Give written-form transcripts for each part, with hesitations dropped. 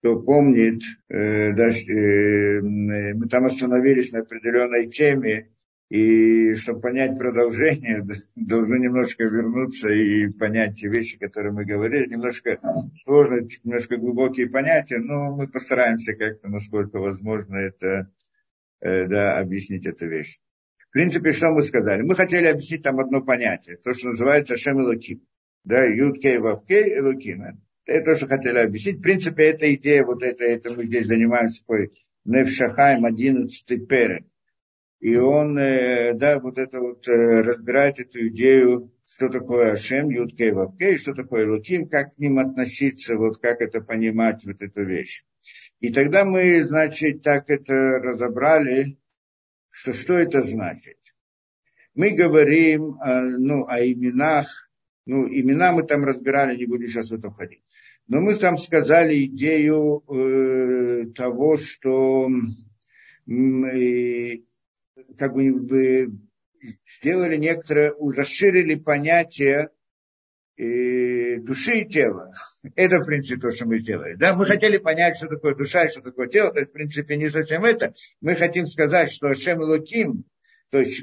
кто помнит, мы там остановились на определенной теме, и чтобы понять продолжение, должны немножко вернуться и понять те вещи, которые мы говорили. Немножко сложно, немножко глубокие понятия, но мы постараемся как-то, насколько возможно, это, объяснить эту вещь. В принципе, что мы сказали? Мы хотели объяснить там одно понятие, то, что называется Шем Элоким. Да, Юд Кей Вав Кей Элоким. Это то, что хотели объяснить. В принципе, эта идея, это мы здесь занимаемся такой Невшахаем 11-й перек. И он, разбирает эту идею, что такое Ашем, Юд Кей Вав Кей, что такое Элоким, как к ним относиться, как это понимать, эту вещь. И тогда мы, значит, так это разобрали, что это значит. Мы говорим, о именах, имена мы там разбирали, не будем сейчас в это входить. Но мы там сказали идею того, что сделали некоторые, расширили понятие души и тела. Это, в принципе, то, что мы сделали. Да, мы хотели понять, что такое душа и что такое тело. То есть, в принципе, не совсем это. Мы хотим сказать, что Ашем Элоким, то есть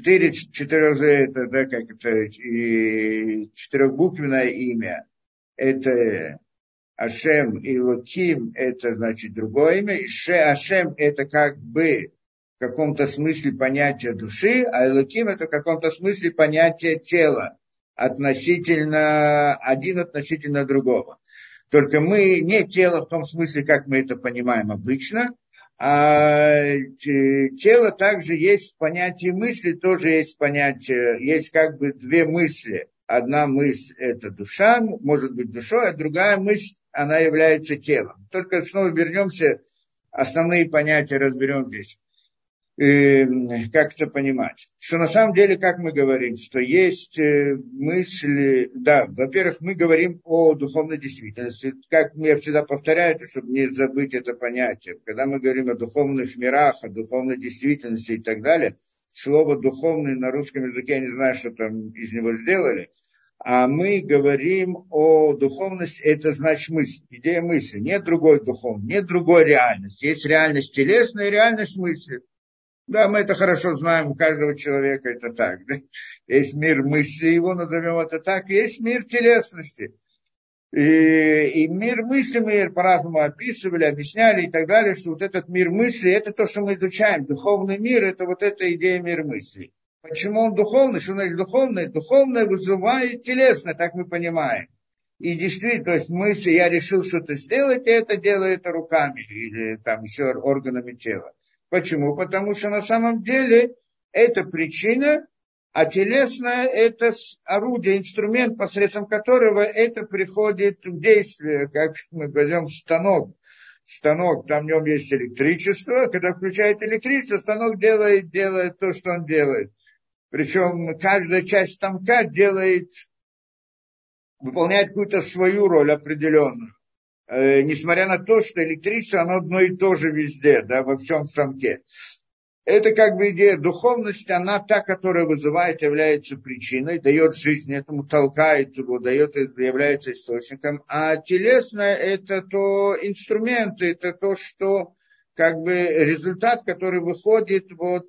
четырехбуквенное имя, это Ашем и Элоким, это значит другое имя. И Ашем это как бы в каком-то смысле понятие души, а Элоким это в каком-то смысле понятие тела. Относительно другого. Только мы не тело в том смысле, как мы это понимаем обычно, а тело также есть понятие мысли, тоже есть понятие, есть как бы две мысли. Одна мысль – это душа, может быть душой, а другая мысль, она является телом. Только снова вернемся, основные понятия разберем здесь. Как это понимать? Что на самом деле, как мы говорим, что есть мысли, во-первых, мы говорим о духовной действительности, как я всегда повторяю, чтобы не забыть это понятие. Когда мы говорим о духовных мирах, о духовной действительности и так далее, слово «духовный» на русском языке, я не знаю, что там из него сделали, а мы говорим о духовности, это значит мысль, идея мысли. Нет другой духовной, нет другой реальности. Есть реальность телесная и реальность мысли. Да, мы это хорошо знаем, у каждого человека это так. Да? Есть мир мысли, его назовем это так, есть мир телесности. И мир мысли мы по-разному описывали, объясняли и так далее, что этот мир мысли, это то, что мы изучаем. Духовный мир, это эта идея мир мысли. Почему он духовный? Что значит духовный? Духовное вызывает телесное, так мы понимаем. И действительно, то есть мысли, я решил что-то сделать, и это делаю это руками или там еще органами тела. Почему? Потому что на самом деле это причина, а телесное это орудие, инструмент, посредством которого это приходит в действие, как мы возьмем станок. Станок, там в нем есть электричество, когда включает электричество, станок делает то, что он делает. Причем каждая часть станка выполняет какую-то свою роль определенную. Несмотря на то, что электричество, оно одно и то же везде, да, во всем станке. Это как бы идея духовности, она та, которая вызывает, является причиной, дает жизнь этому, толкает его, является источником. А телесное это то инструмент, это то, что как бы результат, который выходит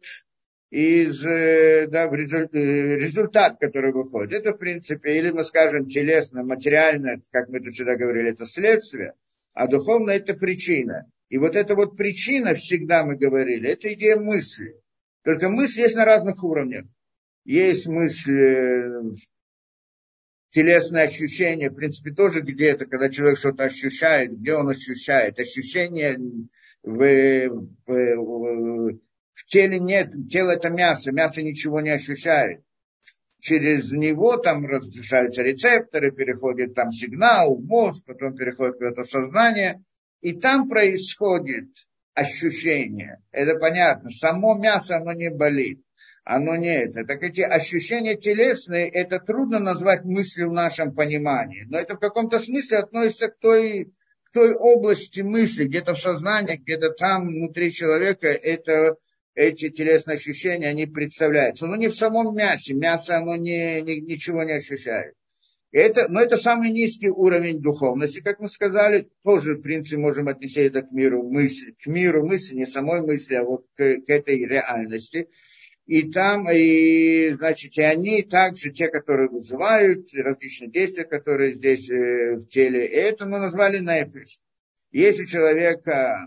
результат, который выходит. Это, в принципе, или мы скажем телесно, материально, как мы это всегда говорили, это следствие, а духовно это причина. И эта причина, всегда мы говорили, это идея мысли. Только мысль есть на разных уровнях. Есть мысль, телесное ощущение, в принципе, тоже где-то, когда человек что-то ощущает, где он ощущает. Ощущение в теле нет, тело это мясо ничего не ощущает. Через него там разрешаются рецепторы, переходит там сигнал в мозг, потом переходит в сознание, и там происходит ощущение. Это понятно. Само мясо, оно не болит, оно не это. Так эти ощущения телесные, это трудно назвать мыслью в нашем понимании, но это в каком-то смысле относится к той области мысли, где-то в сознании, где-то там внутри человека, эти телесные ощущения, они представляются. Но не в самом мясе. Мясо, оно ничего не ощущает. Но это самый низкий уровень духовности, как мы сказали. Тоже, в принципе, можем отнести это к миру мысли, не самой мысли, а вот к этой реальности. И там, значит, и они также, те, которые вызывают различные действия, которые здесь в теле, и это мы назвали нефиш. Есть у человека,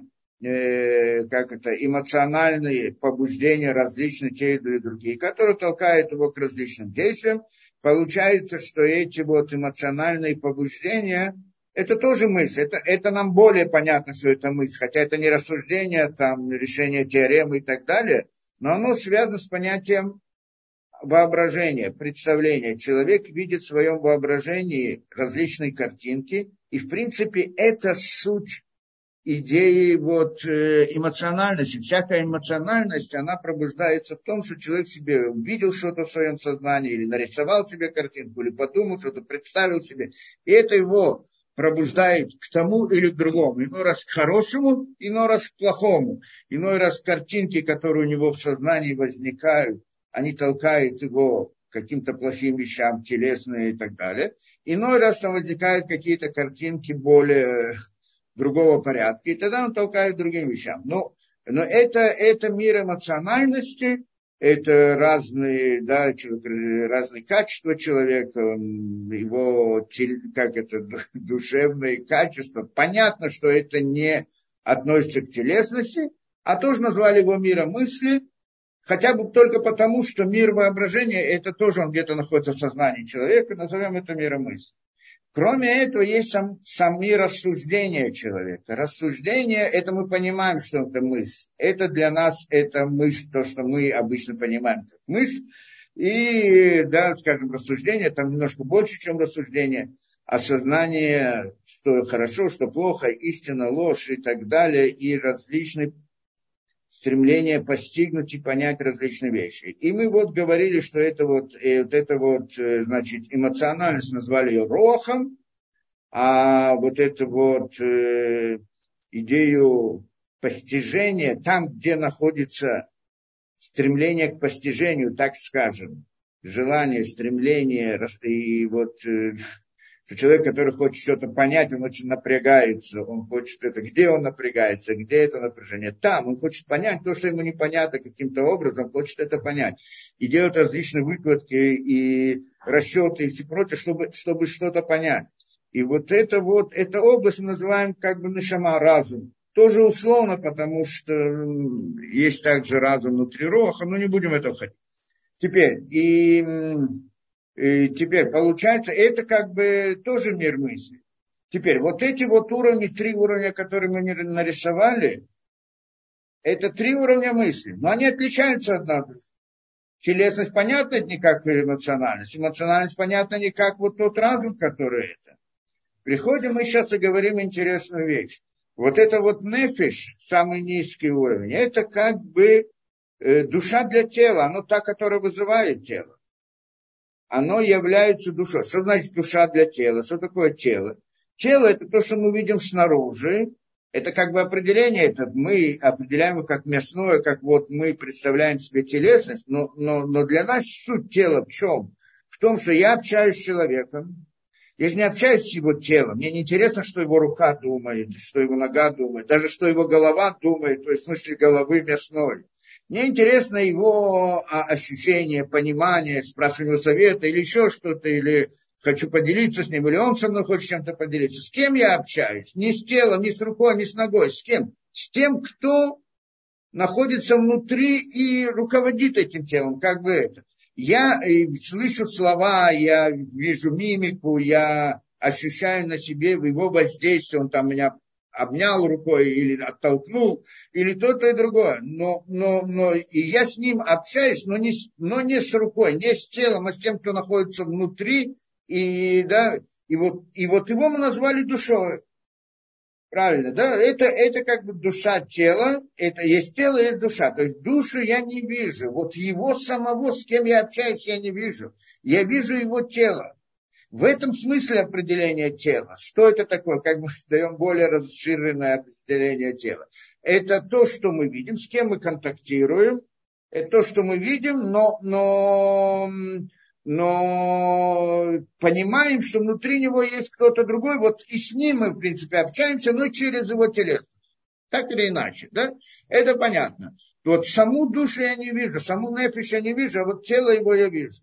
эмоциональные побуждения различные, те или другие, которые толкают его к различным действиям. Получается, что эти вот эмоциональные побуждения, это тоже мысль, это нам более понятно, что это мысль, хотя это не рассуждение, там, решение теоремы и так далее, но оно связано с понятием воображения, представления. Человек видит в своем воображении различные картинки, и, в принципе, это суть идеи эмоциональности. Всякая эмоциональность, она пробуждается в том, что человек себе увидел что-то в своем сознании, или нарисовал себе картинку, или подумал что-то, представил себе. И это его пробуждает к тому или к другому. Иной раз к хорошему, иной раз к плохому. Иной раз картинки, которые у него в сознании возникают, они толкают его к каким-то плохим вещам, телесные и так далее. Иной раз там возникают какие-то картинки более другого порядка, и тогда он толкает к другим вещам. Но это мир эмоциональности, это разные, да, разные качества человека, его душевные качества. Понятно, что это не относится к телесности, а тоже назвали его миром мысли, хотя бы только потому, что мир воображения, это тоже он где-то находится в сознании человека, назовем это миром мысли. Кроме этого, есть сами рассуждения человека. Рассуждение, это мы понимаем, что это мысль. Это для нас, это мысль, то, что мы обычно понимаем как мысль. И, да, скажем, рассуждение, там немножко больше, чем рассуждение. Осознание, что хорошо, что плохо, истина, ложь и так далее. И различные стремление постигнуть и понять различные вещи. И мы вот говорили, что значит, эмоциональность назвали ее рохом, а вот эту идею постижения, там, где находится стремление к постижению, так скажем, желание, стремление, и что человек, который хочет что-то понять, он очень напрягается, он хочет это, где он напрягается, где это напряжение, там, он хочет понять то, что ему непонятно каким-то образом, хочет это понять, и делает различные выкладки и расчеты и все прочее, чтобы что-то понять. И эта область мы называем как бы нешама, разум. Тоже условно, потому что есть также разум внутри роха, но не будем этого ходить. Теперь получается, это как бы тоже мир мысли. Теперь, вот эти вот уровни, 3 уровня, которые мы нарисовали, это 3 уровня мысли, но они отличаются от друга. Телесность понятна не как эмоциональность, эмоциональность понятна не как вот тот разум, который это. Приходим мы сейчас и говорим интересную вещь. Вот это вот нефиш, самый низкий уровень, это как бы душа для тела, оно та, которая вызывает тело. Оно является душой. Что значит душа для тела? Что такое тело? Тело – это то, что мы видим снаружи. Это как бы определение, это мы определяем как мясное, как вот мы представляем себе телесность. Но для нас суть тела в чем? В том, что я общаюсь с человеком. Я же не общаюсь с его телом. Мне не интересно, что его рука думает, что его нога думает, даже что его голова думает, то есть в смысле головы мясной. Мне интересно его ощущение, понимание, спрашиваю его совета или еще что-то, или хочу поделиться с ним, или он со мной хочет чем-то поделиться. С кем я общаюсь? Не с телом, не с рукой, не с ногой. С кем? С тем, кто находится внутри и руководит этим телом, как бы это. Я слышу слова, я вижу мимику, я ощущаю на себе его воздействие, он там меня обнял рукой или оттолкнул, или то-то и другое. Но и я с ним общаюсь, но не с рукой, не с телом, а с тем, кто находится внутри. И вот его мы назвали душой. Правильно, да? Это как бы душа тела, это есть тело, есть душа. То есть душу я не вижу. Вот его самого, с кем я общаюсь, я не вижу. Я вижу его тело. В этом смысле определение тела. Что это такое? Как мы даем более расширенное определение тела. Это то, что мы видим, с кем мы контактируем. Это то, что мы видим, но но понимаем, что внутри него есть кто-то другой, вот и с ним мы, в принципе, общаемся, но через его телесность. Так или иначе, да? Это понятно. Вот саму душу я не вижу, саму нефиш я не вижу, а вот тело его я вижу.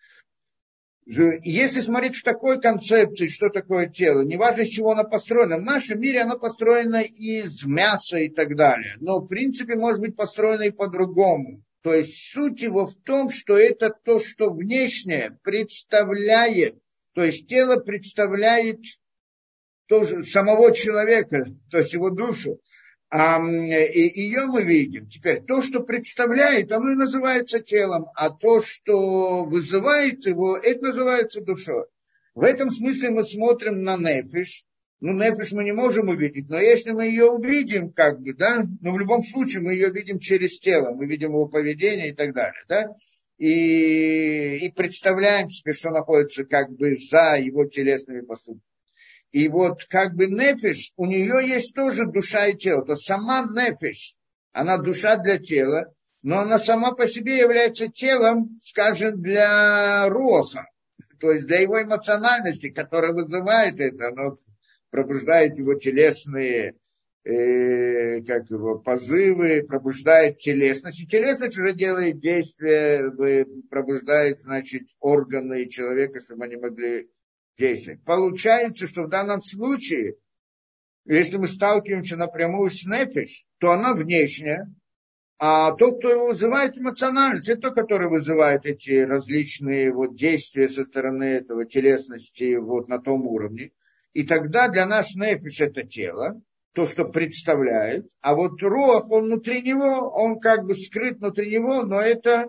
Если смотреть в такой концепции, что такое тело, неважно, из чего оно построено, в нашем мире оно построено из мяса и так далее, но в принципе может быть построено и по-другому. То есть суть его в том, что это то, что внешнее представляет, то есть тело представляет тоже самого человека, то есть его душу. И ее мы видим. Теперь то, что представляет, оно и называется телом, а то, что вызывает его, это называется душой. В этом смысле мы смотрим на нефиш. Ну, нефиш мы не можем увидеть, но если мы ее увидим, как бы, да, но в любом случае мы ее видим через тело, мы видим его поведение и так далее, да, и представляем себе, что находится как бы за его телесными поступками. И вот как бы нефиш, у нее есть тоже душа и тело. То есть сама нефиш, она душа для тела, но она сама по себе является телом, скажем, для роха. То есть для его эмоциональности, которая вызывает это, она пробуждает его телесные как его, позывы, пробуждает телесность. И телесность уже делает действия, пробуждает, значит, органы человека, чтобы они могли действовать. Получается, что в данном случае, если мы сталкиваемся напрямую с нефиш, то она внешняя, а тот, кто его вызывает, эмоциональность, это тот, который вызывает эти различные вот действия со стороны этого телесности вот на том уровне. И тогда для нас нефиш это тело, то, что представляет, а вот руах, он внутри него, он как бы скрыт внутри него, но это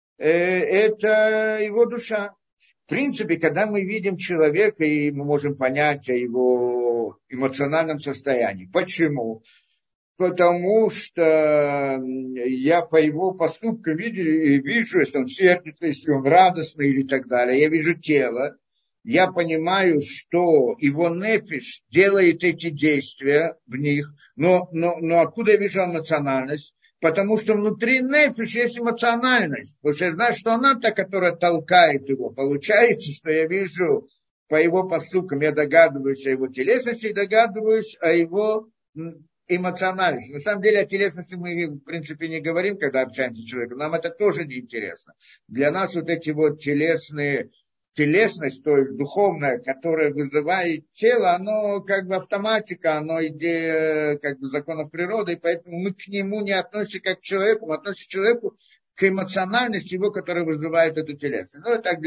его душа. В принципе, когда мы видим человека, и мы можем понять о его эмоциональном состоянии. Почему? Потому что я по его поступкам вижу, если он сердится, если он радостный или так далее. Я вижу тело. Я понимаю, что его нефиш делает эти действия в них. Но откуда я вижу эмоциональность? Потому что внутри нефиш есть эмоциональность. Потому что я знаю, что она та, которая толкает его. Получается, что я вижу по его поступкам, я догадываюсь о его телесности и догадываюсь о его эмоциональности. На самом деле о телесности мы, в принципе, не говорим, когда общаемся с человеком. Нам это тоже не интересно. Для нас вот эти вот телесность, то есть духовная, которая вызывает тело, оно как бы автоматика, оно идея как бы законов природы, и поэтому мы к нему не относимся как к человеку, мы относимся к человеку к эмоциональности его, которая вызывает эту телесность. Ну, это так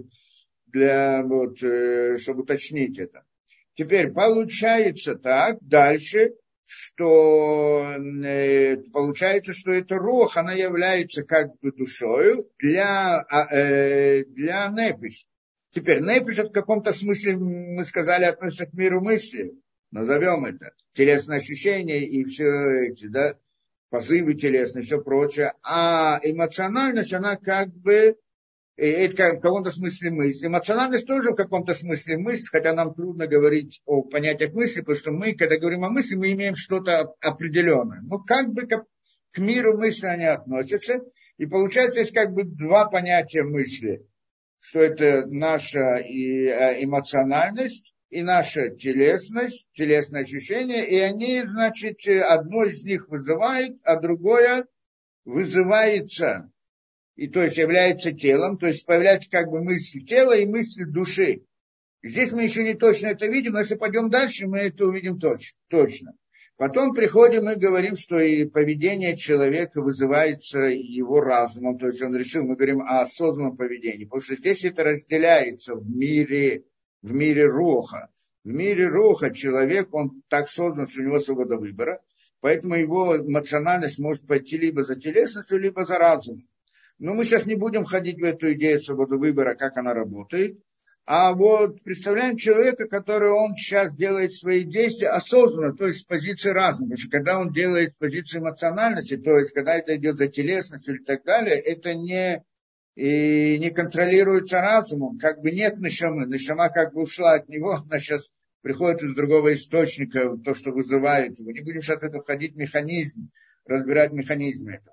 для вот, чтобы уточнить это. Теперь получается так, дальше, что получается, что эта рух, она является как бы душою для нефиш. Теперь нефиш в каком-то смысле, мы сказали, относится к миру мысли, назовем это, телесные ощущения и все эти, да, позывы телесные, все прочее. А эмоциональность, она как бы, это в каком-то смысле мысль. Эмоциональность тоже в каком-то смысле мысль, хотя нам трудно говорить о понятиях мысли, потому что мы, когда говорим о мысли, мы имеем что-то определенное. Но как бы к миру мысли они относятся. И получается, есть как бы два понятия мысли. Что это наша эмоциональность и наша телесность, телесное ощущение, и они, значит, одно из них вызывает, а другое вызывается, и то есть является телом, то есть появляется как бы мысль тела и мысль души. Здесь мы еще не точно это видим, но если пойдем дальше, мы это увидим точно. Потом приходим и говорим, что и поведение человека вызывается его разумом, то есть он решил, мы говорим о осознанном поведении, потому что здесь это разделяется в мире руха. В мире руха человек, он так создан, что у него свобода выбора, поэтому его эмоциональность может пойти либо за телесностью, либо за разумом. Но мы сейчас не будем ходить в эту идею свободы выбора, как она работает. А вот представляем человека, который он сейчас делает свои действия осознанно, то есть с позиции разума. Потому что когда он делает с позиции эмоциональности, то есть когда это идет за телесностью и так далее, это не контролируется разумом. Как бы нет нешамы. Нешама как бы ушла от него, она сейчас приходит из другого источника, то, что вызывает его. Не будем сейчас это входить в механизм, разбирать механизм этого.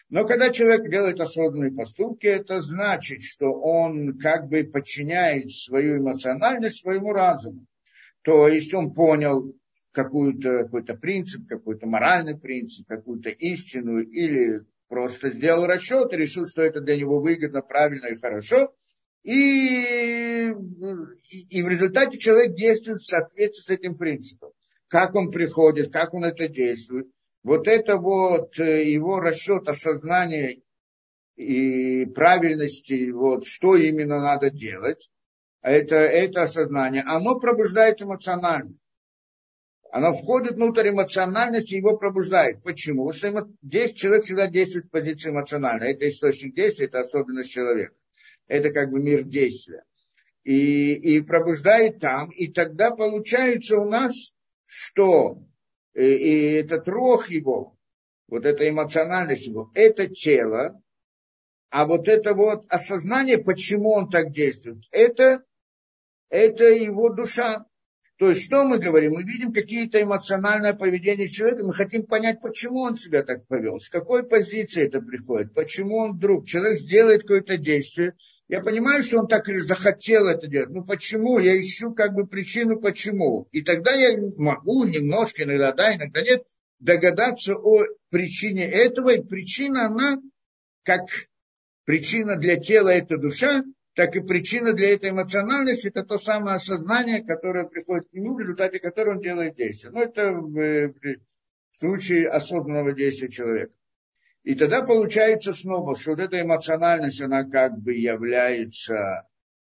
Но когда человек делает осознанные поступки, это значит, что он как бы подчиняет свою эмоциональность своему разуму. То есть он понял какой-то принцип, какой-то моральный принцип, какую-то истину, или просто сделал расчет и решил, что это для него выгодно, правильно и хорошо. И в результате человек действует в соответствии с этим принципом. Как он приходит, как он это действует. Вот это вот его расчет, осознание и правильности, вот, что именно надо делать, это осознание, оно пробуждает эмоционально. Оно входит внутрь эмоциональности и его пробуждает. Почему? Потому что здесь человек всегда действует в позиции эмоциональной. Это источник действия, это особенность человека. Это как бы мир действия. И пробуждает там. И тогда получается у нас, что и этот рог его, вот эта эмоциональность его, это тело, а вот это вот осознание, почему он так действует, это его душа. То есть, что мы говорим? Мы видим какие-то эмоциональное поведение человека, мы хотим понять, почему он себя так повел, с какой позиции это приходит, почему он вдруг, человек сделает какое-то действие, я понимаю, что он так захотел это делать, ну почему, я ищу как бы причину, почему, и тогда я могу немножко, иногда да, иногда нет, догадаться о причине этого, и причина, она, как причина для тела, это душа, так и причина для этой эмоциональности – это то самое осознание, которое приходит к нему, в результате которого он делает действие. Ну, это в случае осознанного действия человека. И тогда получается снова, что вот эта эмоциональность, она как бы является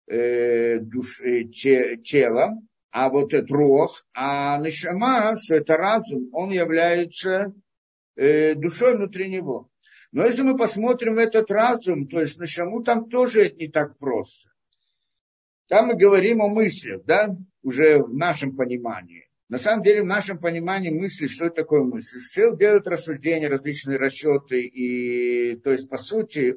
телом, а вот это рух, а нешама, что это разум, он является душой внутри него. Но если мы посмотрим этот разум, то есть нешаму, там тоже это не так просто. Там мы говорим о мыслях, да, уже в нашем понимании. На самом деле, в нашем понимании мысли, что это такое мысли? Человек делает рассуждения, различные расчеты, и, то есть, по сути,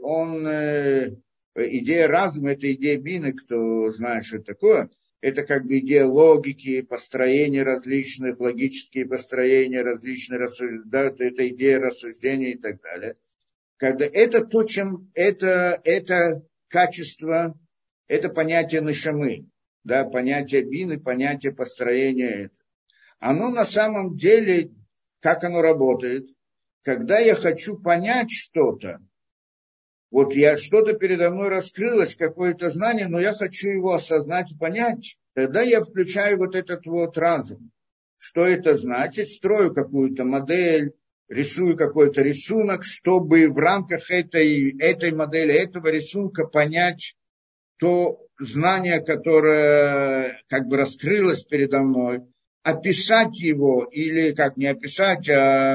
идея разума, это идея бины, кто знает, что это такое, это как бы идея логики, построения различных, логические построения различных, да, это идея рассуждения и так далее. Когда это то, чем это качество, это понятие нешамы, да, понятие бины, понятие построения. Оно на самом деле, как оно работает, когда я хочу понять что-то, вот что-то передо мной раскрылось, какое-то знание, но я хочу его осознать и понять, тогда я включаю вот этот вот разум. Что это значит? Строю какую-то модель, рисую какой-то рисунок, чтобы в рамках этой модели, этого рисунка понять то знание, которое как бы раскрылось передо мной, описать его, или как не описать,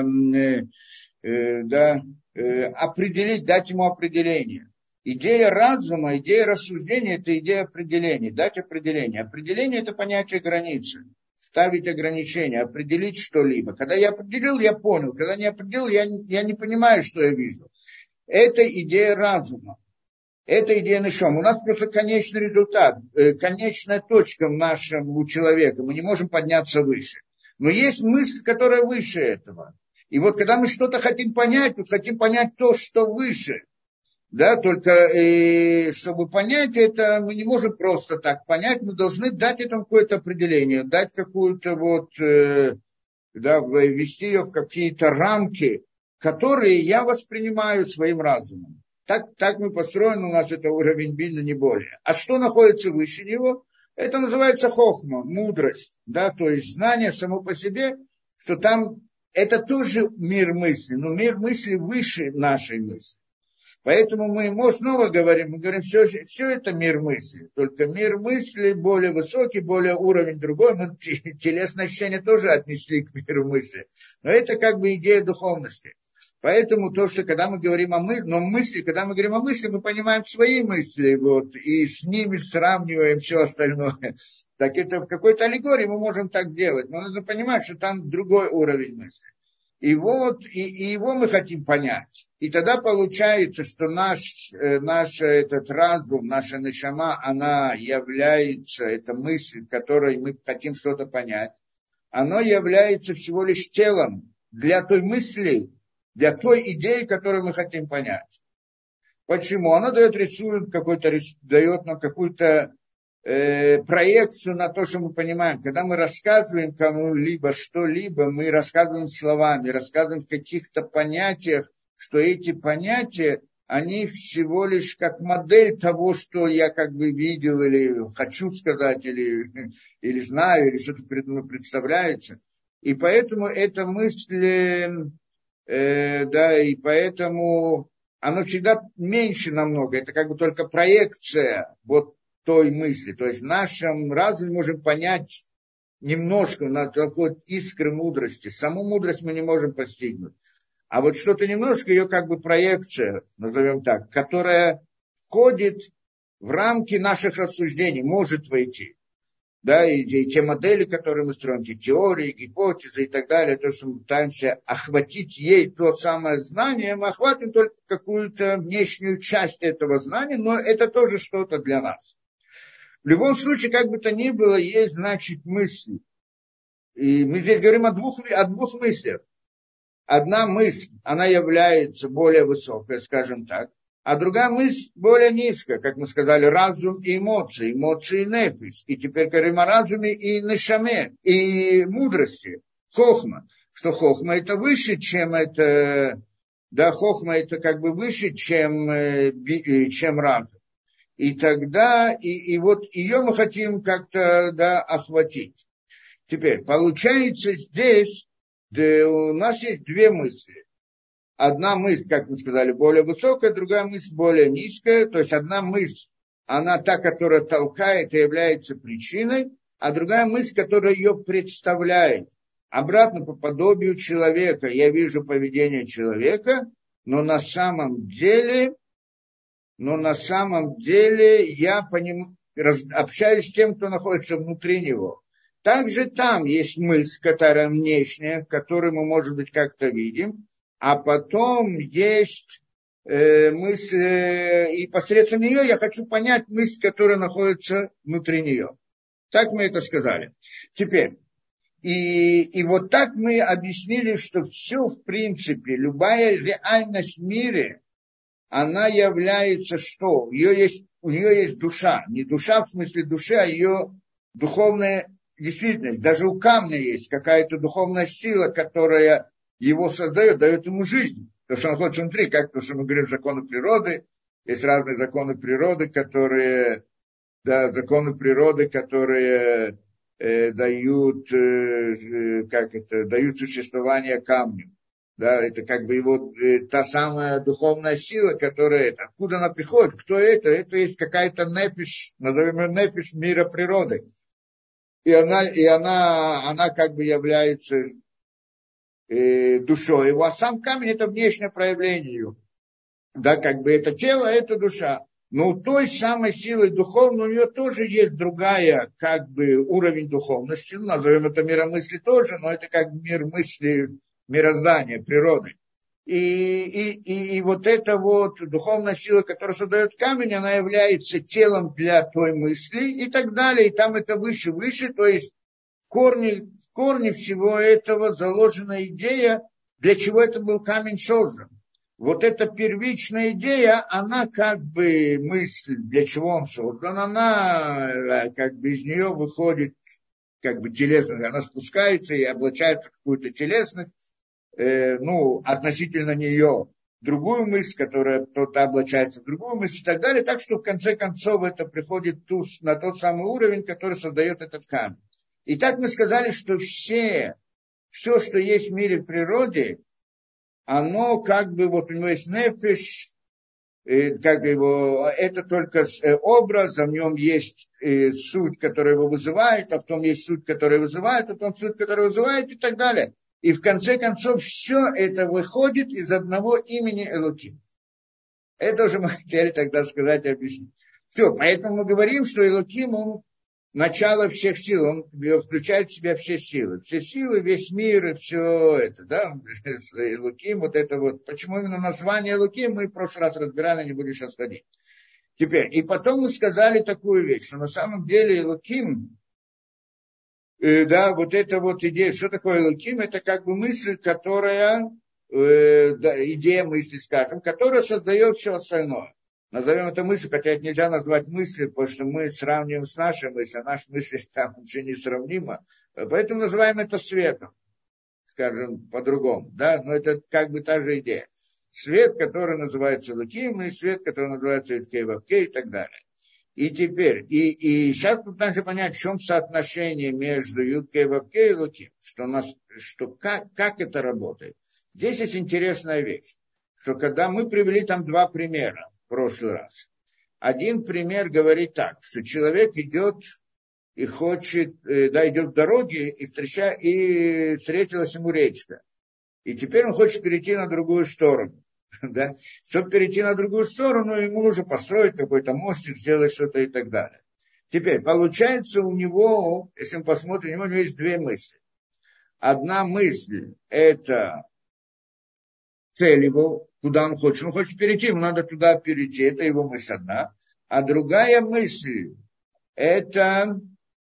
определить, дать ему определение. Идея разума, идея рассуждения – это идея определения, дать определение. Определение – это понятие границы. Ставить ограничения, определить что-либо. Когда я определил, я понял. Когда не определил, я не понимаю, что я вижу. Это идея разума. Это идея нешама. У нас просто конечный результат, конечная точка у человека. Мы не можем подняться выше. Но есть мысль, которая выше этого. И вот когда мы что-то хотим понять, вот хотим понять то, что выше. Да, только чтобы понять это, мы не можем просто так понять, мы должны дать этому какое-то определение, дать какую-то ввести ее в какие-то рамки, которые я воспринимаю своим разумом. Так мы построены, у нас это уровень бина, не более. А что находится выше него? Это называется хохма, мудрость, да, то есть знание само по себе, что там это тоже мир мысли, но мир мысли выше нашей мысли. Поэтому мы снова говорим, все это мир мысли, только мир мысли более высокий, более уровень другой, мы телесное ощущение тоже отнесли к миру мысли, но это как бы идея духовности. Поэтому то, что когда мы говорим о мысли, когда мы говорим о мысли, мы понимаем свои мысли, и с ними сравниваем все остальное. Так это в какой-то аллегории мы можем так делать, но надо понимать, что там другой уровень мысли. И его мы хотим понять. И тогда получается, что наш этот разум, наша нешама, она является, эта мысль, которой мы хотим что-то понять, она является всего лишь телом для той мысли, для той идеи, которую мы хотим понять. Почему? Оно дает нам какую-то проекцию на то, что мы понимаем. Когда мы рассказываем кому-либо что-либо, мы рассказываем словами, рассказываем в каких-то понятиях, что эти понятия, они всего лишь как модель того, что я как бы видел или хочу сказать, или знаю, или что-то представляется. И поэтому эта мысль, и поэтому оно всегда меньше намного. Это как бы только проекция вот той мысли. То есть в нашем разуме можем понять немножко на такой искры мудрости. Саму мудрость мы не можем постигнуть. А вот что-то немножко, ее как бы проекция, назовем так, которая входит в рамки наших рассуждений, может войти. Да, и те модели, которые мы строим, те теории, гипотезы и так далее, то, что мы пытаемся охватить ей то самое знание, мы охватим только какую-то внешнюю часть этого знания, но это тоже что-то для нас. В любом случае, как бы то ни было, есть, значит, мысли. И мы здесь говорим о двух мыслях. Одна мысль, она является более высокой, скажем так, а другая мысль более низкая, как мы сказали, разум и эмоции и нефиш. И теперь говорим о разуме и нешаме, и мудрости, хохма. Что хохма это выше, чем это, да, хохма это как бы выше, чем разум. И тогда, и вот ее мы хотим как-то, да, охватить. Теперь, получается здесь, да, у нас есть две мысли. Одна мысль, как мы сказали, более высокая, другая мысль более низкая. То есть одна мысль, она та, которая толкает и является причиной, а другая мысль, которая ее представляет. Обратно по подобию человека. Я вижу поведение человека, но на самом деле я общаюсь с тем, кто находится внутри него. Также там есть мысль, которая внешняя, которую мы, может быть, как-то видим, а потом есть мысль, и посредством нее я хочу понять мысль, которая находится внутри нее. Так мы это сказали. Теперь, и вот так мы объяснили, что все, в принципе, любая реальность в мире, она является что? У нее есть душа. Не душа в смысле души, а ее духовная действительность. Даже у камня есть какая-то духовная сила, которая его создает, дает ему жизнь. То, что он находится внутри, как то, что мы говорим, законы природы. Есть разные законы природы, которые дают существование камню. Да, это как бы его, та самая духовная сила, которая, откуда она приходит, кто это? Это есть какая-то нефиш, назовем ее нефиш мира природы. И она как бы является душой его, а сам камень это внешнее проявление его. Да, как бы это тело, это душа. Но у той самой силы духовной у нее тоже есть другая, как бы, уровень духовности. Ну, назовем это миром мысли тоже, но это как мир мысли, мироздания, природы. И вот эта вот духовная сила, которая создает камень, она является телом для той мысли и так далее. И там это выше, то есть в корне всего этого заложена идея, для чего это был камень создан. Вот эта первичная идея, она как бы мысль, для чего он создан, она как бы из нее выходит как бы телесность, она спускается и облачается в какую-то телесность, относительно нее другую мысль, которая кто-то облачается в другую мысль и так далее, так что в конце концов это приходит на тот самый уровень, который создает этот камень. И так мы сказали, что все, что есть в мире в природе, оно как бы, вот у него есть нефиш, это только образ, а в нем есть суть, которая его вызывает, а потом есть суть, которая вызывает, а потом суть, которая вызывает и так далее. И в конце концов все это выходит из одного имени Элоким. Это уже мы хотели тогда сказать и объяснить. Все, поэтому мы говорим, что Элоким, он начало всех сил, он включает в себя все силы, весь мир и все это, да, Элоким, вот это вот. Почему именно название Элоким, мы в прошлый раз разбирали, не буду сейчас ходить. Теперь, и потом мы сказали такую вещь, что на самом деле Элоким, вот эта вот идея, что такое Элоким, это как бы мысль, которая идея мысли, скажем, которая создает все остальное. Назовем это мысль, хотя это нельзя назвать мыслью, потому что мы сравниваем с нашей мыслью, а наша мысль там вообще несравнима. Поэтому называем это светом, скажем по-другому. Да? Но это как бы та же идея. Свет, который называется Луким, и свет, который называется Юткей Вавкей и так далее. И теперь, и сейчас пытаемся понять, в чем соотношение между Юткей Вавкей и Луким, как это работает. Здесь есть интересная вещь, что когда мы привели там два примера в прошлый раз. Один пример говорит так, что человек идет и хочет, идет в дороге и встретилась ему речка. И теперь он хочет перейти на другую сторону. Да? Чтобы перейти на другую сторону, ему нужно построить какой-то мостик, сделать что-то и так далее. Теперь, получается у него, если мы посмотрим, у него есть две мысли. Одна мысль – это цель его, куда он хочет. Он хочет перейти, ему надо туда перейти, это его мысль одна. А другая мысль – это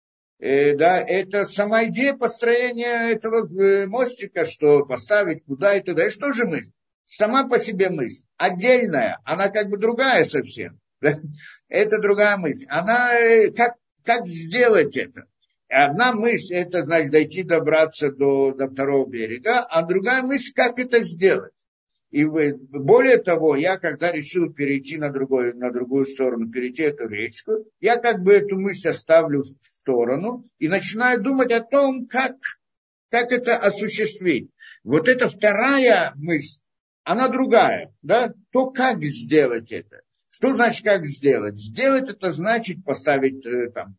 сама идея построения этого мостика, что поставить куда и туда. Это что же мысль? Сама по себе мысль, отдельная, она как бы другая совсем. Да? Это другая мысль. Она, как сделать это? Одна мысль, это значит дойти, добраться до второго берега, а другая мысль, как это сделать. И более того, я когда решил перейти на другую сторону, перейти эту речку, я как бы эту мысль оставлю в сторону и начинаю думать о том, как это осуществить. Вот эта вторая мысль, она другая, да? То, как сделать это. Что значит, как сделать? Сделать это значит поставить там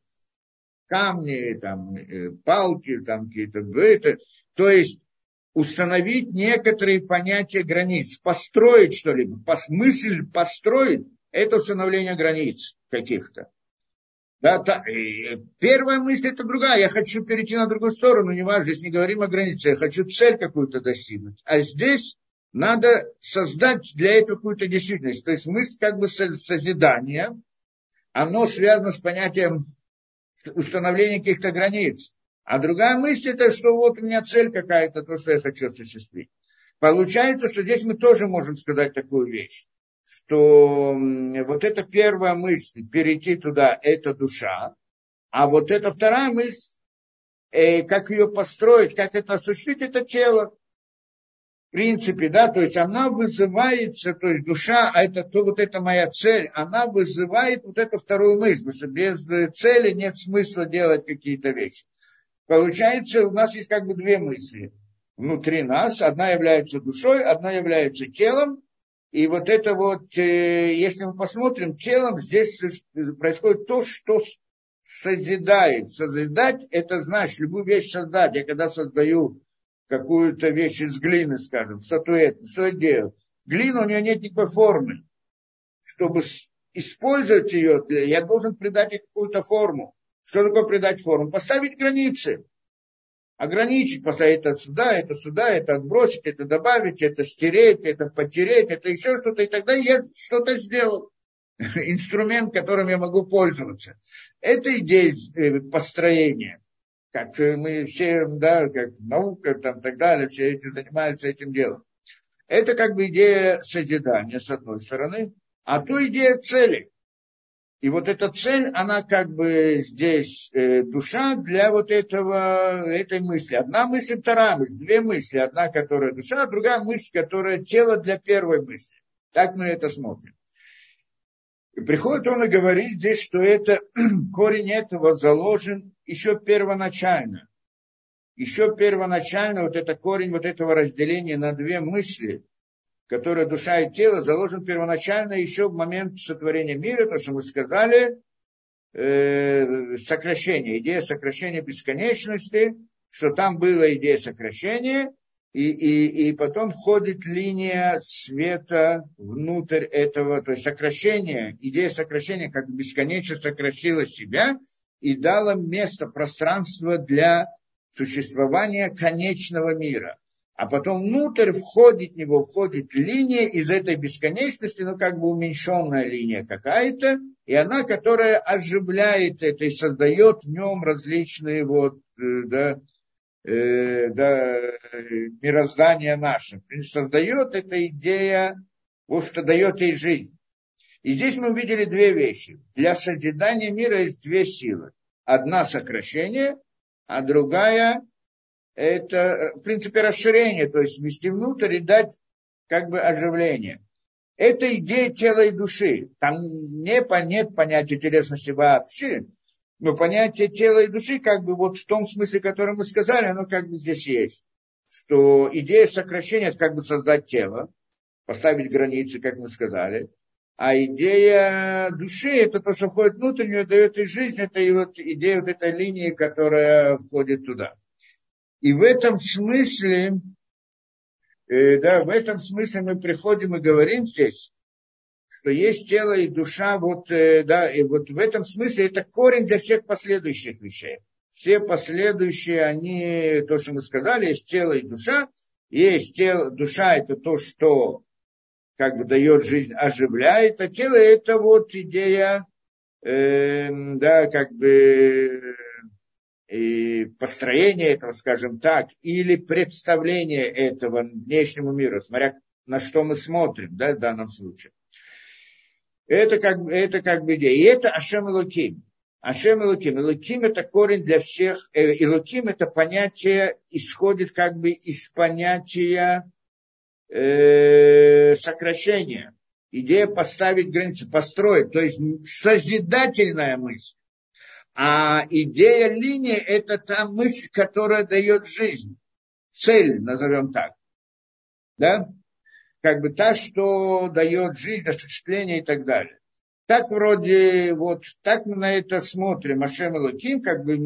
камни, там, палки, там какие-то, то есть установить некоторые понятия границ, построить что-либо. Мысль построить – это установление границ каких-то. Да, первая мысль – это другая. Я хочу перейти на другую сторону, неважно, здесь не говорим о границе. Я хочу цель какую-то достигнуть. А здесь надо создать для этого какую-то действительность. То есть мысль как бы созидания, оно связано с понятием установления каких-то границ. А другая мысль – это что вот у меня цель какая-то, то, что я хочу осуществить. Получается, что здесь мы тоже можем сказать такую вещь, что вот эта первая мысль, перейти туда, это душа, а вот эта вторая мысль, как ее построить, как это осуществить, это тело. В принципе, да, то есть она вызывается, то есть душа, а это вот это моя цель, она вызывает вот эту вторую мысль, потому что без цели нет смысла делать какие-то вещи. Получается, у нас есть как бы две мысли внутри нас. Одна является душой, одна является телом. И вот это вот, если мы посмотрим, телом здесь происходит то, что созидает. Созидать – это значит любую вещь создать. Я когда создаю какую-то вещь из глины, скажем, статуэтку, что я делаю? Глина, у нее нет никакой формы. Чтобы использовать ее, я должен придать ей какую-то форму. Что такое придать форму? Поставить границы. Ограничить, поставить это сюда, это отбросить, это добавить, это стереть, это потереть, это еще что-то. И тогда я что-то сделал. Инструмент, которым я могу пользоваться. Это идея построения. Как мы все, да, как наука, там, так далее, все эти занимаются этим делом. Это как бы идея созидания, с одной стороны, а то идея цели. И вот эта цель, она как бы здесь душа для вот этой мысли. Одна мысль, вторая мысль, две мысли. Одна, которая душа, а другая мысль, которая тело для первой мысли. Так мы это смотрим. И приходит он и говорит здесь, что это, корень этого заложен еще первоначально. Еще первоначально вот это корень вот этого разделения на две мысли, которая душа и тело, заложен первоначально еще в момент сотворения мира, то, что мы сказали, сокращение, идея сокращения бесконечности, что там была идея сокращения, и потом входит линия света внутрь этого, то есть сокращение, идея сокращения, как бесконечность сократила себя и дала место, пространство для существования конечного мира. А потом внутрь входит линия из этой бесконечности, ну как бы уменьшенная линия какая-то, и она, которая оживляет это и создает в нем различные вот, да, да, мироздание наше. Создает эта идея, вот что дает ей жизнь. И здесь мы увидели две вещи. Для созидания мира есть две силы. Одна сокращение, а другая это, в принципе, расширение, то есть ввести внутрь и дать как бы оживление. Это идея тела и души. Там нет понятия телесности вообще, но понятие тела и души, как бы вот в том смысле, который мы сказали, оно как бы здесь есть. Что идея сокращения – это как бы создать тело, поставить границы, как мы сказали. А идея души – это то, что входит внутрь, дает и жизнь, это и вот идея вот этой линии, которая входит туда. И в этом смысле, да, в этом смысле мы приходим и говорим здесь, что есть тело и душа, вот, да, и вот в этом смысле это корень для всех последующих вещей. Все последующие, они, то, что мы сказали, есть тело и душа, есть тело, душа это то, что как бы дает жизнь, оживляет, а тело это вот идея, да, как бы и построение этого, скажем так, или представление этого внешнему миру, смотря на что мы смотрим, да, в данном случае. Это как бы идея. И это Ашем Элоким. Ашем Элоким. Элоким это корень для всех. Элоким это понятие исходит как бы из понятия сокращения. Идея поставить границы, построить. То есть созидательная мысль. А идея линии – это та мысль, которая дает жизнь. Цель, назовем так. Да? Как бы та, что дает жизнь, осуществление и так далее. Так вроде, вот так мы на это смотрим. Ашем Элоким, как бы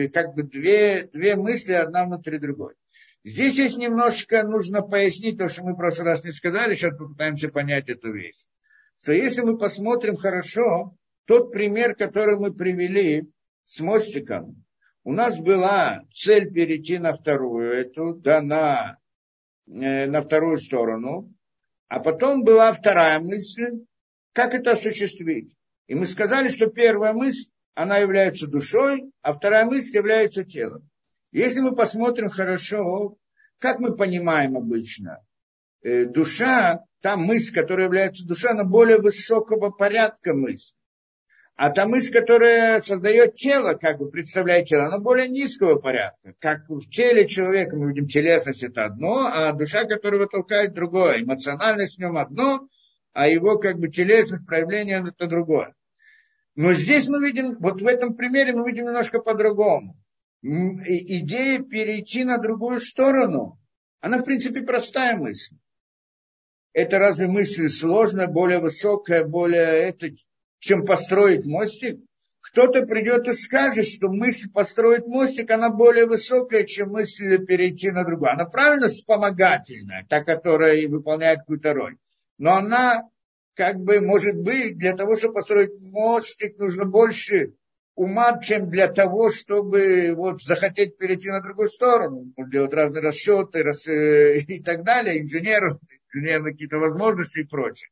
две мысли, одна внутри другой. Здесь есть немножко, нужно пояснить то, что мы в прошлый раз не сказали, сейчас попытаемся понять эту вещь. Что если мы посмотрим хорошо, тот пример, который мы привели с мостиком, у нас была цель перейти на вторую эту, да, на вторую сторону, а потом была вторая мысль, как это осуществить. И мы сказали, что первая мысль, она является душой, а вторая мысль является телом. Если мы посмотрим хорошо, как мы понимаем обычно, душа, та мысль, которая является душой, она более высокого порядка мысли. А та мысль, которая создает тело, как бы представляет тело, она более низкого порядка. Как в теле человека, мы видим, телесность это одно, а душа, которая его толкает, другое. Эмоциональность в нем одно, а его как бы телесность, проявление это другое. Но здесь мы видим, вот в этом примере мы видим немножко по-другому. Идея перейти на другую сторону, она в принципе простая мысль. Это разве мысль сложная, более высокая, более чем построить мостик? Кто-то придет и скажет, что мысль построить мостик, она более высокая, чем мысль перейти на другую. Она правильно вспомогательная, та, которая выполняет какую-то роль. Но она, как бы, может быть, для того, чтобы построить мостик, нужно больше ума, чем для того, чтобы вот захотеть перейти на другую сторону. Делать разные расчеты и так далее, инженерные какие-то возможности и прочее.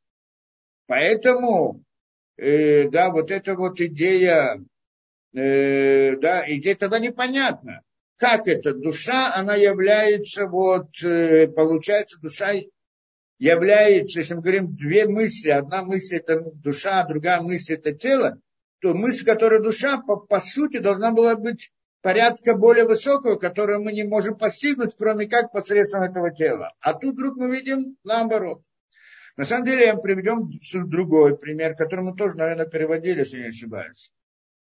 Поэтому да, вот эта вот идея, да, идея тогда непонятна. Как это? Душа, она является, вот, получается, душа является, если мы говорим две мысли, одна мысль это душа, другая мысль это тело, то мысль, которая душа, по сути, должна была быть порядка более высокого, которого мы не можем постигнуть, кроме как посредством этого тела. А тут вдруг мы видим наоборот. На самом деле, я вам приведем другой пример, который мы тоже, наверное, переводили, если не ошибаюсь.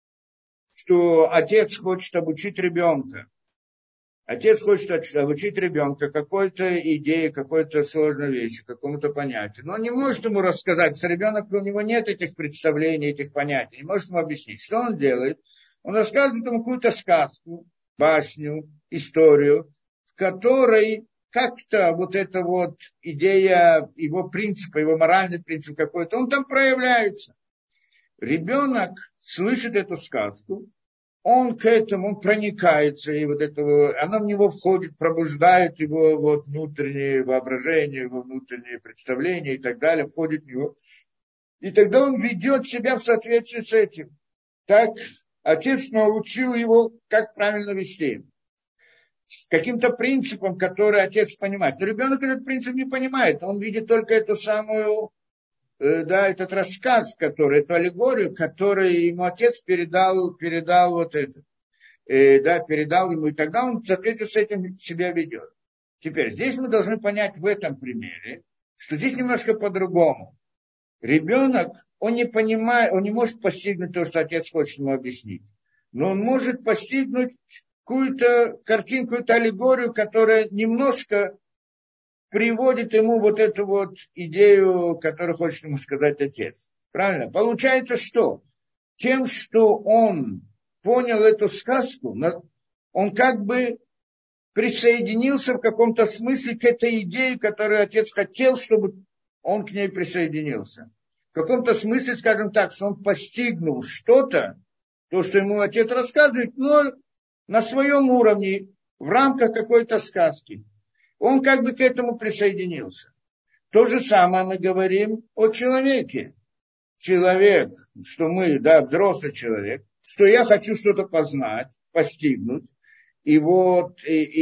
Что отец хочет обучить ребенка. Отец хочет обучить ребенка какой-то идее, какой-то сложной вещи, какому-то понятию. Но он не может ему рассказать, что ребенок, у него нет этих представлений, этих понятий, не может ему объяснить. Что он делает? Он рассказывает ему какую-то сказку, басню, историю, в которой как-то вот эта вот идея его принципа, его моральный принцип какой-то, он там проявляется. Ребенок слышит эту сказку, он к этому, он проникается, и вот это, она в него входит, пробуждает его вот внутреннее воображение, его внутреннее представление и так далее, входит в него. И тогда он ведет себя в соответствии с этим. Так отец научил его, как правильно вести. с каким-то принципом, который отец понимает. Но ребенок этот принцип не понимает. Он видит только эту самую, да, этот рассказ, который, эту аллегорию, который ему отец передал вот это. Да, передал ему, и тогда он в соответствии с этим себя ведет. Теперь, здесь мы должны понять в этом примере, что здесь немножко по-другому. Ребенок, он не понимает, он не может постигнуть то, что отец хочет ему объяснить. Но он может постигнуть какую-то картинку, какую-то аллегорию, которая немножко приводит ему вот эту вот идею, которую хочет ему сказать отец. Правильно? Получается, что тем, что он понял эту сказку, он как бы присоединился в каком-то смысле к этой идее, которую отец хотел, чтобы он к ней присоединился. В каком-то смысле, скажем так, что он постигнул что-то, то, что ему отец рассказывает, но на своем уровне, в рамках какой-то сказки. Он как бы к этому присоединился. То же самое мы говорим о человеке. Человек, что мы, да, взрослый человек, что я хочу что-то познать, постигнуть, и вот,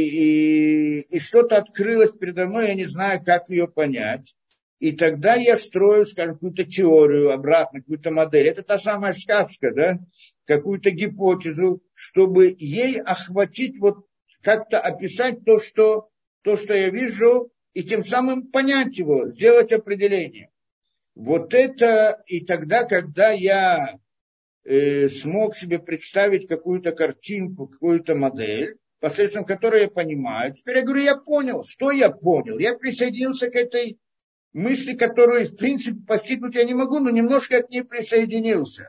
и что-то открылось передо мной, я не знаю, как ее понять. И тогда я строю, скажем, какую-то теорию обратно, какую-то модель. Это та самая сказка, да, какую-то гипотезу, чтобы ей охватить, вот как-то описать то, что я вижу, и тем самым понять его, сделать определение. Вот это и тогда, когда я смог себе представить какую-то картинку, какую-то модель, посредством которой я понимаю. Теперь я говорю, я понял. Что я понял? Я присоединился к этой мысли, которую, в принципе, постигнуть я не могу, но немножко от ней присоединился.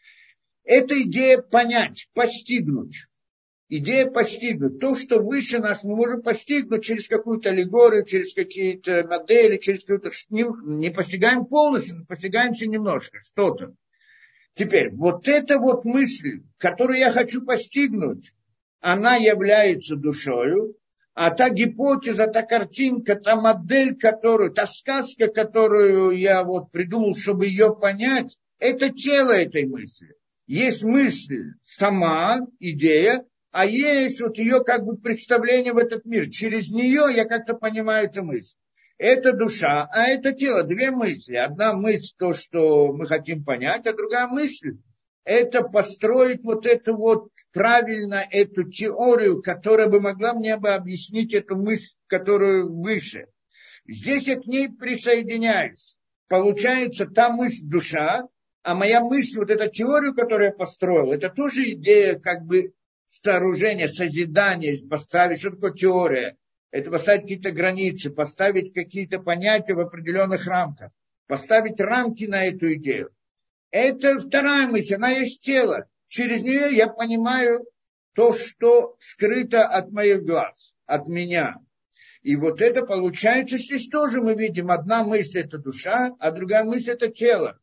Это идея понять, постигнуть. Идея постигнуть. То, что выше нас, мы можем постигнуть через какую-то аллегорию, через какие-то модели, через какую-то... Не постигаем полностью, но постигаемся немножко, что-то. Теперь, вот эта вот мысль, которую я хочу постигнуть, она является душою, а та гипотеза, та картинка, та модель, та сказка, которую я вот придумал, чтобы ее понять, это тело этой мысли. Есть мысль сама, идея, а есть вот ее как бы представление в этот мир. Через нее я как-то понимаю эту мысль. Это душа, а это тело. Две мысли. Одна мысль, то, что мы хотим понять, а другая мысль, это построить вот эту вот правильно, эту теорию, которая бы могла мне бы объяснить эту мысль, которую выше. Здесь я к ней присоединяюсь. Получается, та мысль душа, а моя мысль, вот эта теорию, которую я построил, это тоже идея как бы сооружения, созидания, поставить, что такое теория? Это поставить какие-то границы, поставить какие-то понятия в определенных рамках, поставить рамки на эту идею. Это вторая мысль, она есть тело. Через нее я понимаю то, что скрыто от моих глаз, от меня. И вот это получается, здесь тоже мы видим, одна мысль это душа, а другая мысль это тело.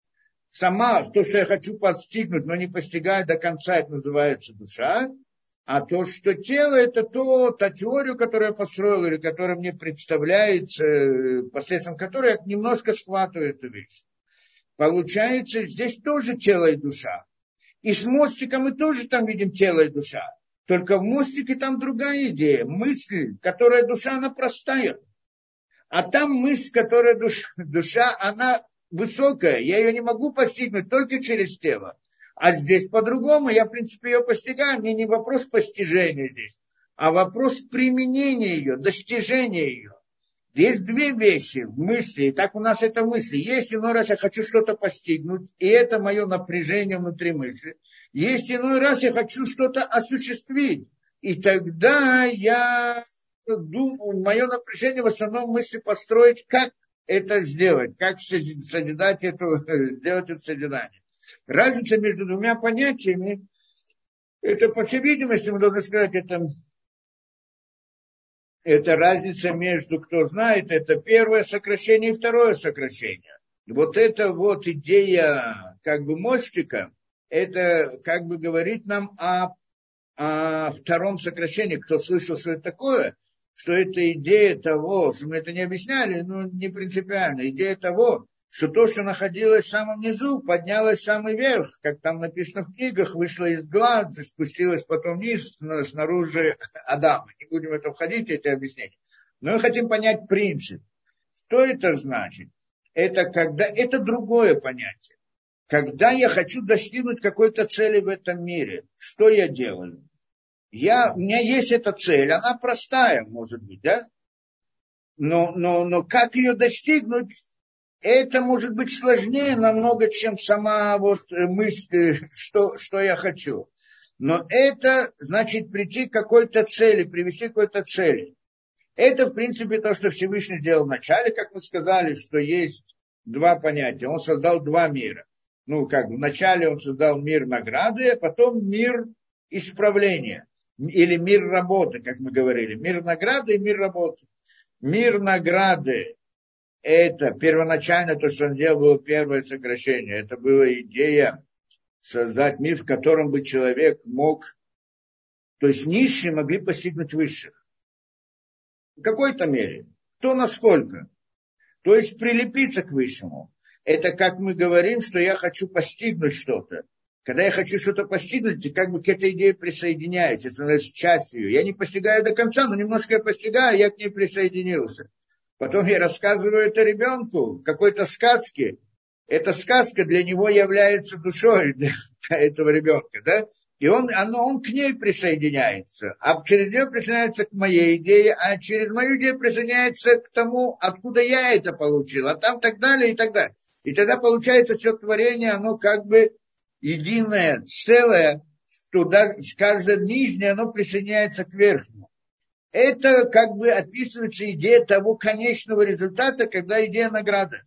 Сама, то, что я хочу постигнуть, но не постигаю до конца, это называется душа. А то, что тело, это та теория, которую я построил, или которая мне представляется, посредством которой я немножко схватываю эту вещь. Получается, здесь тоже тело и душа. И с мостиком мы тоже там видим тело и душа. Только в мостике там другая идея. Мысль, которая душа, она простая. А там мысль, которая душа, она высокая. Я ее не могу постигнуть только через тело. А здесь по-другому, я, в принципе, ее постигаю. Мне не вопрос постижения здесь, а вопрос применения ее, достижения ее. Есть две вещи в мысли, и так у нас это мысли. Есть иной раз я хочу что-то постигнуть, и это мое напряжение внутри мысли. Есть иной раз я хочу что-то осуществить, и тогда я думаю, мое напряжение в основном мысли построить, как это сделать, как сделать это созидание. Разница между двумя понятиями, это, по всей видимости, мы должны сказать, это разница между, кто знает, это первое сокращение и второе сокращение. Вот эта вот идея как бы мостика, это как бы говорит нам о втором сокращении. Кто слышал, что это такое, что это идея того, что мы это не объясняли, но не принципиально, идея того, что то, что находилось в самом низу, поднялось в самый верх, как там написано в книгах, вышло из глаз, спустилось потом вниз, снаружи Адама. Не будем в это входить, эти объяснения. Но мы хотим понять принцип. Что это значит? Это когда это другое понятие. Когда я хочу достигнуть какой-то цели в этом мире, что я делаю? У меня есть эта цель, она простая, может быть, да? Но как ее достигнуть, это может быть сложнее намного, чем сама вот мысль, что я хочу. Но это значит прийти к какой-то цели, привести к какой-то цели. Это, в принципе, то, что Всевышний сделал в начале, как мы сказали, что есть два понятия. Он создал два мира. Вначале он создал мир награды, а потом мир исправления. Или мир работы, как мы говорили. Мир награды и мир работы. Мир награды – это первоначально то, что он сделал, было первое сокращение. Это была идея создать мир, в котором бы человек мог, то есть низшие могли постигнуть высших. В какой-то мере. Кто насколько. То есть прилепиться к высшему. Это как мы говорим, что я хочу постигнуть что-то. Когда я хочу что-то постигнуть, я как бы к этой идее присоединяюсь, я становлюсь частью. Я не постигаю до конца, но немножко я постигаю, я к ней присоединился. Потом я рассказываю это ребенку, какой-то сказке. Эта сказка для него является душой для этого ребенка, да? И он к ней присоединяется, а через нее присоединяется к моей идее, а через мою идею присоединяется к тому, откуда я это получил, а там так далее и так далее. И тогда получается все творение, оно как бы единое, целое, туда каждое нижнее, оно присоединяется к верхнему. Это как бы описывается идея того конечного результата, когда идея награды,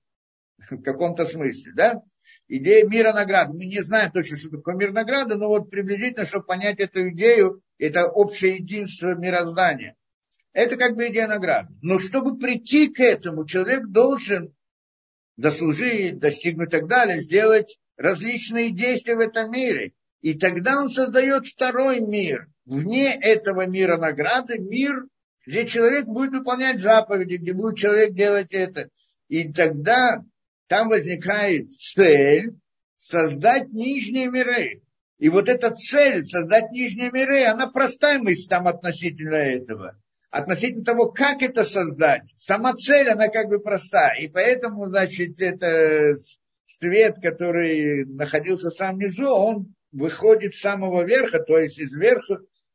в каком-то смысле, да? Идея мира награды. Мы не знаем точно, что такое мир награды, но вот приблизительно, чтобы понять эту идею, это общее единство мироздания. Это как бы идея награды. Но чтобы прийти к этому, человек должен дослужить, достигнуть и так далее, сделать различные действия в этом мире. И тогда он создает второй мир. Вне этого мира награды, мир, где человек будет выполнять заповеди, где будет человек делать это. И тогда там возникает цель создать нижние миры. И вот эта цель создать нижние миры, она простая мысль там относительно этого. Относительно того, как это создать. Сама цель, она как бы простая. И поэтому, значит, это свет, который находился в самом низу, он выходит с самого верха, то есть из верха,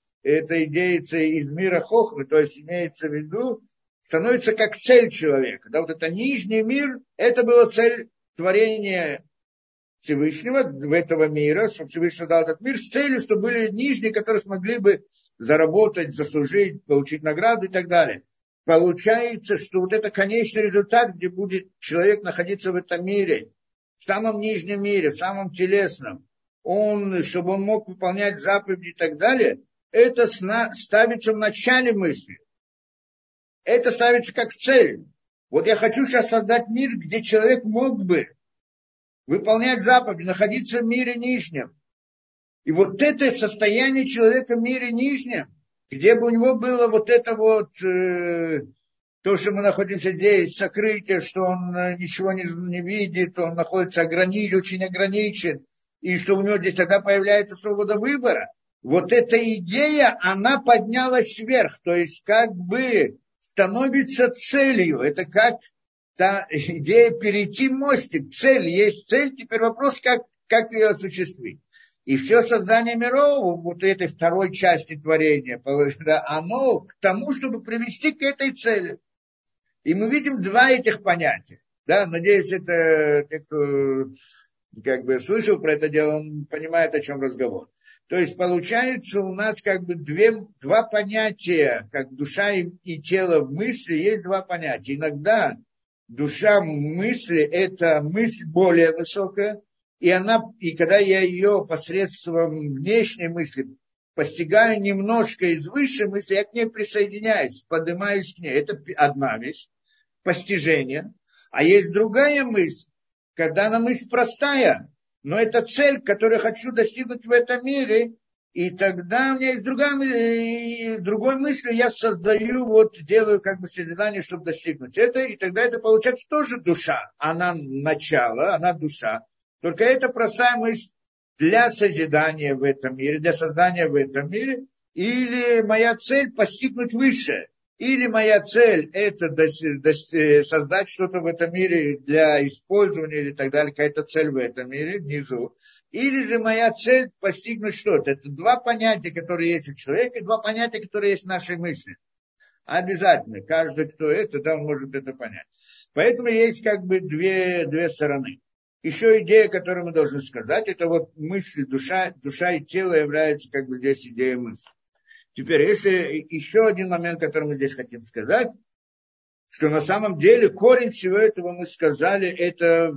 это идея из мира Хохмы, то есть имеется в виду, становится как цель человека. Да, вот это нижний мир, это была цель творения Всевышнего, в этого мира, чтобы Всевышний дал этот мир, с целью, чтобы были нижние, которые смогли бы заработать, заслужить, получить награду и так далее. Получается, что вот это конечный результат, где будет человек находиться в этом мире, в самом нижнем мире, в самом телесном, чтобы он мог выполнять заповеди и так далее, это ставится в начале мысли. Это ставится как цель. Вот я хочу сейчас создать мир, где человек мог бы выполнять заповеди, находиться в мире нижнем. И вот это состояние человека в мире нижнем, где бы у него было вот это вот, то, что мы находимся здесь, сокрытие, что он ничего не видит, он находится очень ограничен, и что у него здесь тогда появляется свобода выбора. Вот эта идея, она поднялась вверх, то есть как бы становится целью. Это как та идея перейти мостик. Цель есть цель, теперь вопрос, как ее осуществить. И все создание миров, вот этой второй части творения, оно к тому, чтобы привести к этой цели. И мы видим два этих понятия. Да, надеюсь, это те, кто как бы слышал про это дело, он понимает, о чем разговор. То есть получается у нас как бы два понятия, как душа и тело в мысли, есть два понятия. Иногда душа в мысли – это мысль более высокая, и когда я ее посредством внешней мысли постигаю немножко из высшей мысли, я к ней присоединяюсь, поднимаюсь к ней. Это одна вещь, постижение. А есть другая мысль, когда она мысль простая, но это цель, которую я хочу достигнуть в этом мире, И тогда у меня есть другой мысль, я создаю, вот делаю как бы созидание, чтобы достигнуть это, и тогда это получается тоже душа. Она начало, она душа. Только это простая мысль для созидания в этом мире, для создания в этом мире, или моя цель постигнуть выше, или моя цель это создать что-то в этом мире для использования или так далее, какая-то цель в этом мире, внизу. Или же моя цель постигнуть что-то. Это два понятия, которые есть у человека, и два понятия, которые есть в нашей мысли. Обязательно. Каждый, кто это, да, он может это понять. Поэтому есть как бы две стороны. Еще идея, которую мы должны сказать, это вот мысль, душа и тело являются как бы здесь идеей мысли. Теперь, если еще один момент, который мы здесь хотим сказать, что на самом деле корень всего этого, мы сказали, это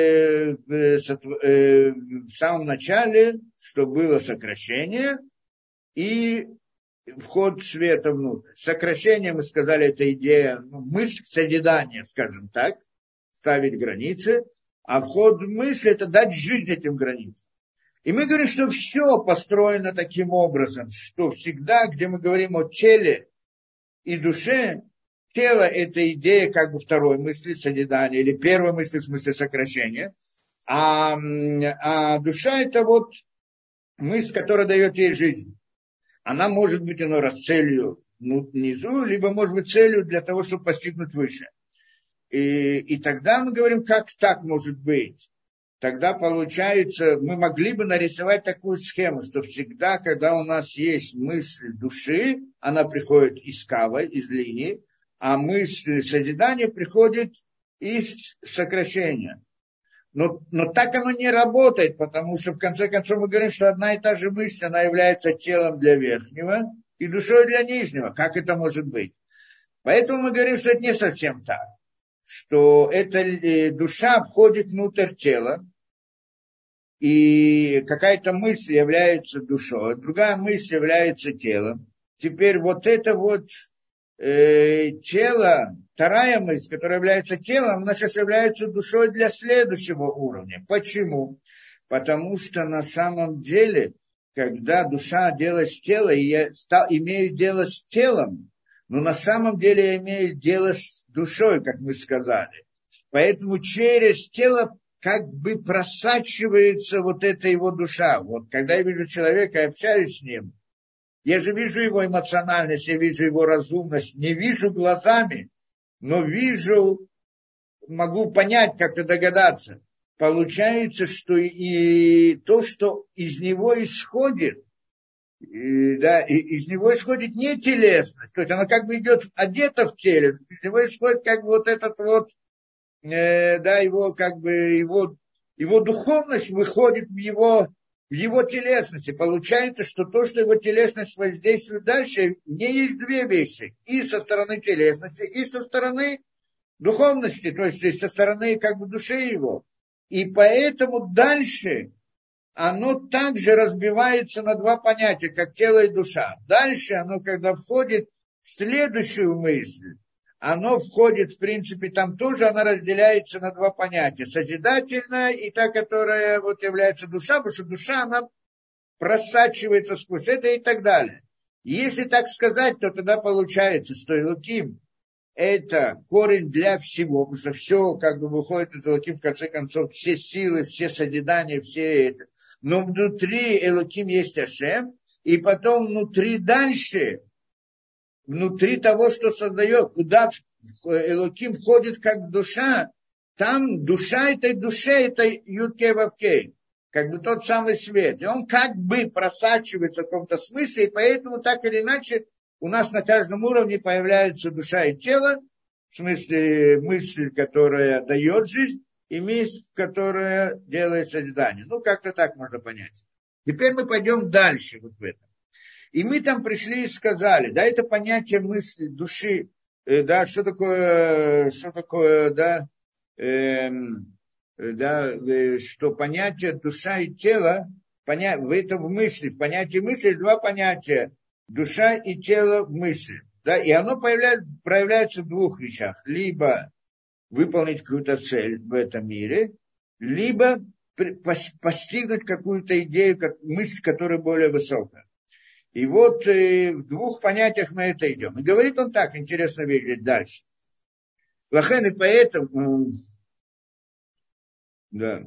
в самом начале, что было сокращение и вход света внутрь. Сокращение, мы сказали, это идея, мысль созидания, скажем так, ставить границы, а вход в мысль – это дать жизнь этим границам. И мы говорим, что все построено таким образом, что всегда, где мы говорим о теле и душе, тело – это идея как бы второй мысли созидания, или первой мысли в смысле сокращения, а душа – это вот мысль, которая дает ей жизнь. Она может быть иной раз целью внизу, либо может быть целью для того, чтобы постигнуть выше. И тогда мы говорим, как так может быть. Тогда получается, мы могли бы нарисовать такую схему, что всегда, когда у нас есть мысль души, она приходит из кавы, из линии, а мысль созидания приходит из сокращения. Но так оно не работает, потому что в конце концов мы говорим, что одна и та же мысль, она является телом для верхнего и душой для нижнего. Как это может быть? Поэтому мы говорим, что это не совсем так. Что эта душа входит внутрь тела, и какая-то мысль является душой, другая мысль является телом. Теперь вот это вот тело, вторая мысль, которая является телом, она сейчас является душой для следующего уровня. Почему? Потому что на самом деле, когда душа делает тело, и я имею дело с телом, но на самом деле я имею дело с душой, как мы сказали. Поэтому через тело как бы просачивается вот эта его душа. Вот когда я вижу человека и общаюсь с ним, я же вижу его эмоциональность, я вижу его разумность, не вижу глазами, но вижу, могу понять, как-то догадаться. Получается, что и то, что из него исходит, из него исходит не телесность, то есть она как бы идет одета в теле, из него исходит как бы вот этот вот, его как бы его духовность выходит в его телесности. Получается, что то, что его телесность воздействует дальше, в ней есть две вещи. И со стороны телесности, и со стороны духовности, то есть со стороны как бы души его. И поэтому дальше оно также разбивается на два понятия, как тело и душа. Дальше оно, когда входит в следующую мысль, оно входит, в принципе, там тоже она разделяется на два понятия. Созидательная и та, которая вот является душа, потому что душа, она просачивается сквозь это и так далее. И если так сказать, то тогда получается, что Элоким – это корень для всего, потому что все как бы выходит из Элоким, в конце концов, все силы, все созидания, все это. Но внутри Элоким есть Ашем, и потом внутри дальше, внутри того, что создает, куда Элоким входит как душа, там душа этой душе, это Юд-Кей Вав-Кей, как бы тот самый свет. И он как бы просачивается в каком-то смысле, и поэтому так или иначе у нас на каждом уровне появляется душа и тело, в смысле мысль, которая дает жизнь, и мысль, которая делает созидание. Ну, как-то так можно понять. Теперь мы пойдем дальше вот в этом. И мы там пришли и сказали, да, это понятие мысли, души, да, что такое, да, что понятие душа и тело, это в мысли, в понятии мысли есть два понятия, душа и тело в мысли, да, и оно проявляется в двух вещах, либо выполнить какую-то цель в этом мире, либо постигнуть какую-то идею, мысль, которая более высокая. И вот в двух понятиях мы это идем. И говорит он так, интересная вещь здесь дальше. Лахен и поэтому, да.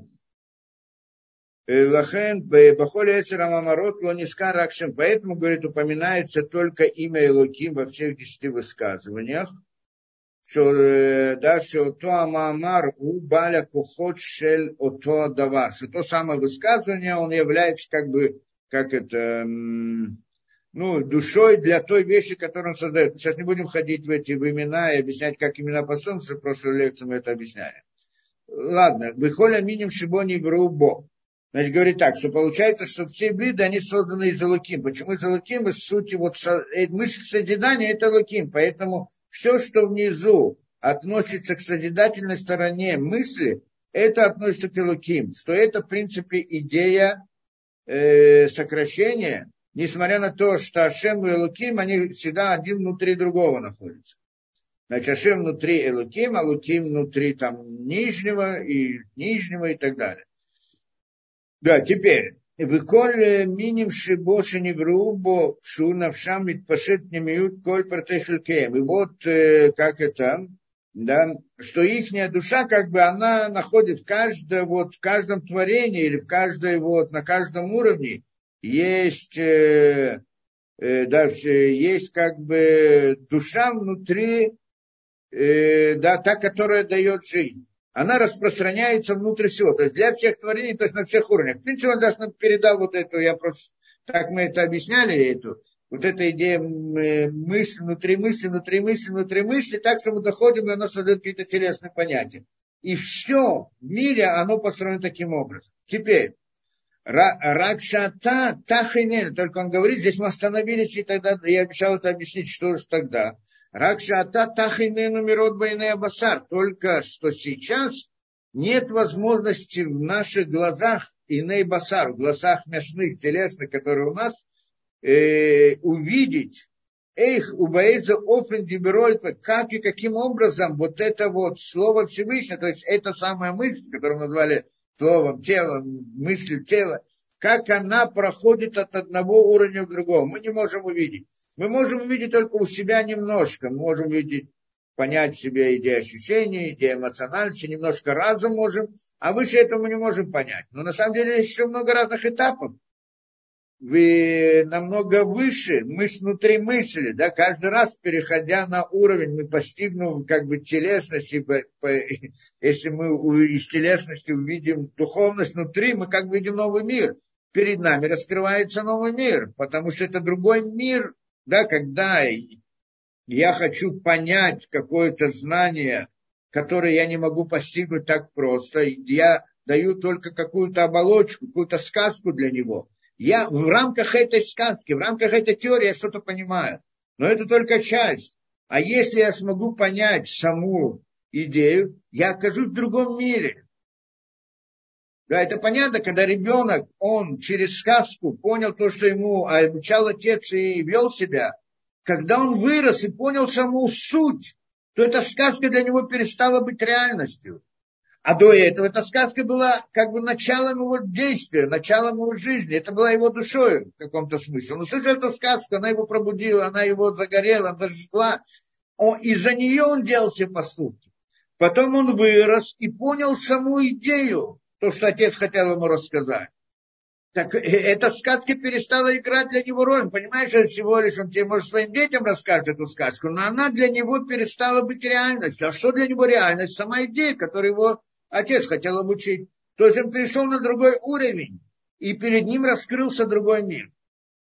Лахен, Бахоли Эсера Мамарот, Лонискар Ракшем. Поэтому, говорит, упоминается только имя Элоким во всех 10 высказываниях. Что, да, что то Амамар у Баля Кухот Шель Ото Давар. Что то самое высказывание, он является как бы, как это, душой для той вещи, которую он создает. Сейчас не будем ходить в эти имена и объяснять, как имена построены, что в прошлой лекции мы это объясняли. Ладно, Бихоля Миним Шибони Брубо. Значит, говорит так, что получается, что все блюда, они созданы из Элоким. Почему из Элоким? Из сути, вот мысль созидания – это Элоким. Поэтому все, что внизу относится к созидательной стороне мысли, это относится к Элоким. Что это, в принципе, идея сокращения, несмотря на то, что Ашем и Элоким, они всегда один внутри другого находятся. Значит, Ашем внутри Элоким, а Элоким внутри там нижнего и так далее. Да, теперь. Выколь миним шибоши не грубо, шу навшам митпашет не миют коль протехилькеем. И вот как это, да, что ихняя душа, как бы она находит в каждом творении или на каждом уровне есть, есть как бы душа внутри, та, которая дает жизнь. Она распространяется внутрь всего, то есть для всех творений, то есть на всех уровнях. В принципе, он даже нам передал вот эту, так мы это объясняли, вот эта идея мысли, внутри мысли, так что мы доходим, и оно создает какие-то телесные понятия. И все в мире, оно построено таким образом. Теперь, Ракшата Тахинен, только он говорит, здесь мы остановились, и тогда я обещал это объяснить, что же тогда. Ракшата Тахинену Мирот Байнея Басар, только что сейчас нет возможности в наших глазах, Иней Басар, в глазах мясных, телесных, которые у нас, увидеть их убоится офен диберойта, как и каким образом вот это вот слово Всевышнего, то есть это самая мысль, которую мы назвали словом, телом, мыслью тела, как она проходит от одного уровня к другому. Мы не можем увидеть. Мы можем увидеть только у себя немножко. Мы можем увидеть, понять себе идею ощущений, идею эмоциональности, немножко разум можем, а выше этого мы не можем понять. Но на самом деле есть еще много разных этапов. Вы намного выше, мысль внутри мысли, да, каждый раз, переходя на уровень, мы постигнем как бы телесности, если мы из телесности увидим духовность внутри, мы как бы видим новый мир. Перед нами раскрывается новый мир, потому что это другой мир, да, когда я хочу понять какое-то знание, которое я не могу постигнуть так просто, я даю только какую-то оболочку, какую-то сказку для него. Я в рамках этой сказки, в рамках этой теории я что-то понимаю. Но это только часть. А если я смогу понять саму идею, я окажусь в другом мире. Да, это понятно, когда ребенок, он через сказку понял то, что ему обучал отец и вел себя. Когда он вырос и понял саму суть, то эта сказка для него перестала быть реальностью. А до этого эта сказка была как бы началом его действия, началом его жизни. Это была его душой в каком-то смысле. Он услышал эту сказку, она его пробудила, она его загорела, она зажгла. Из-за нее он делал все поступки. Потом он вырос и понял саму идею, то, что отец хотел ему рассказать. Так эта сказка перестала играть для него роль. Понимаешь, что всего лишь он тебе, может, своим детям расскажет эту сказку, но она для него перестала быть реальностью. А что для него реальность? Сама идея, которую его отец хотел обучить. То есть он перешел на другой уровень, и перед ним раскрылся другой мир.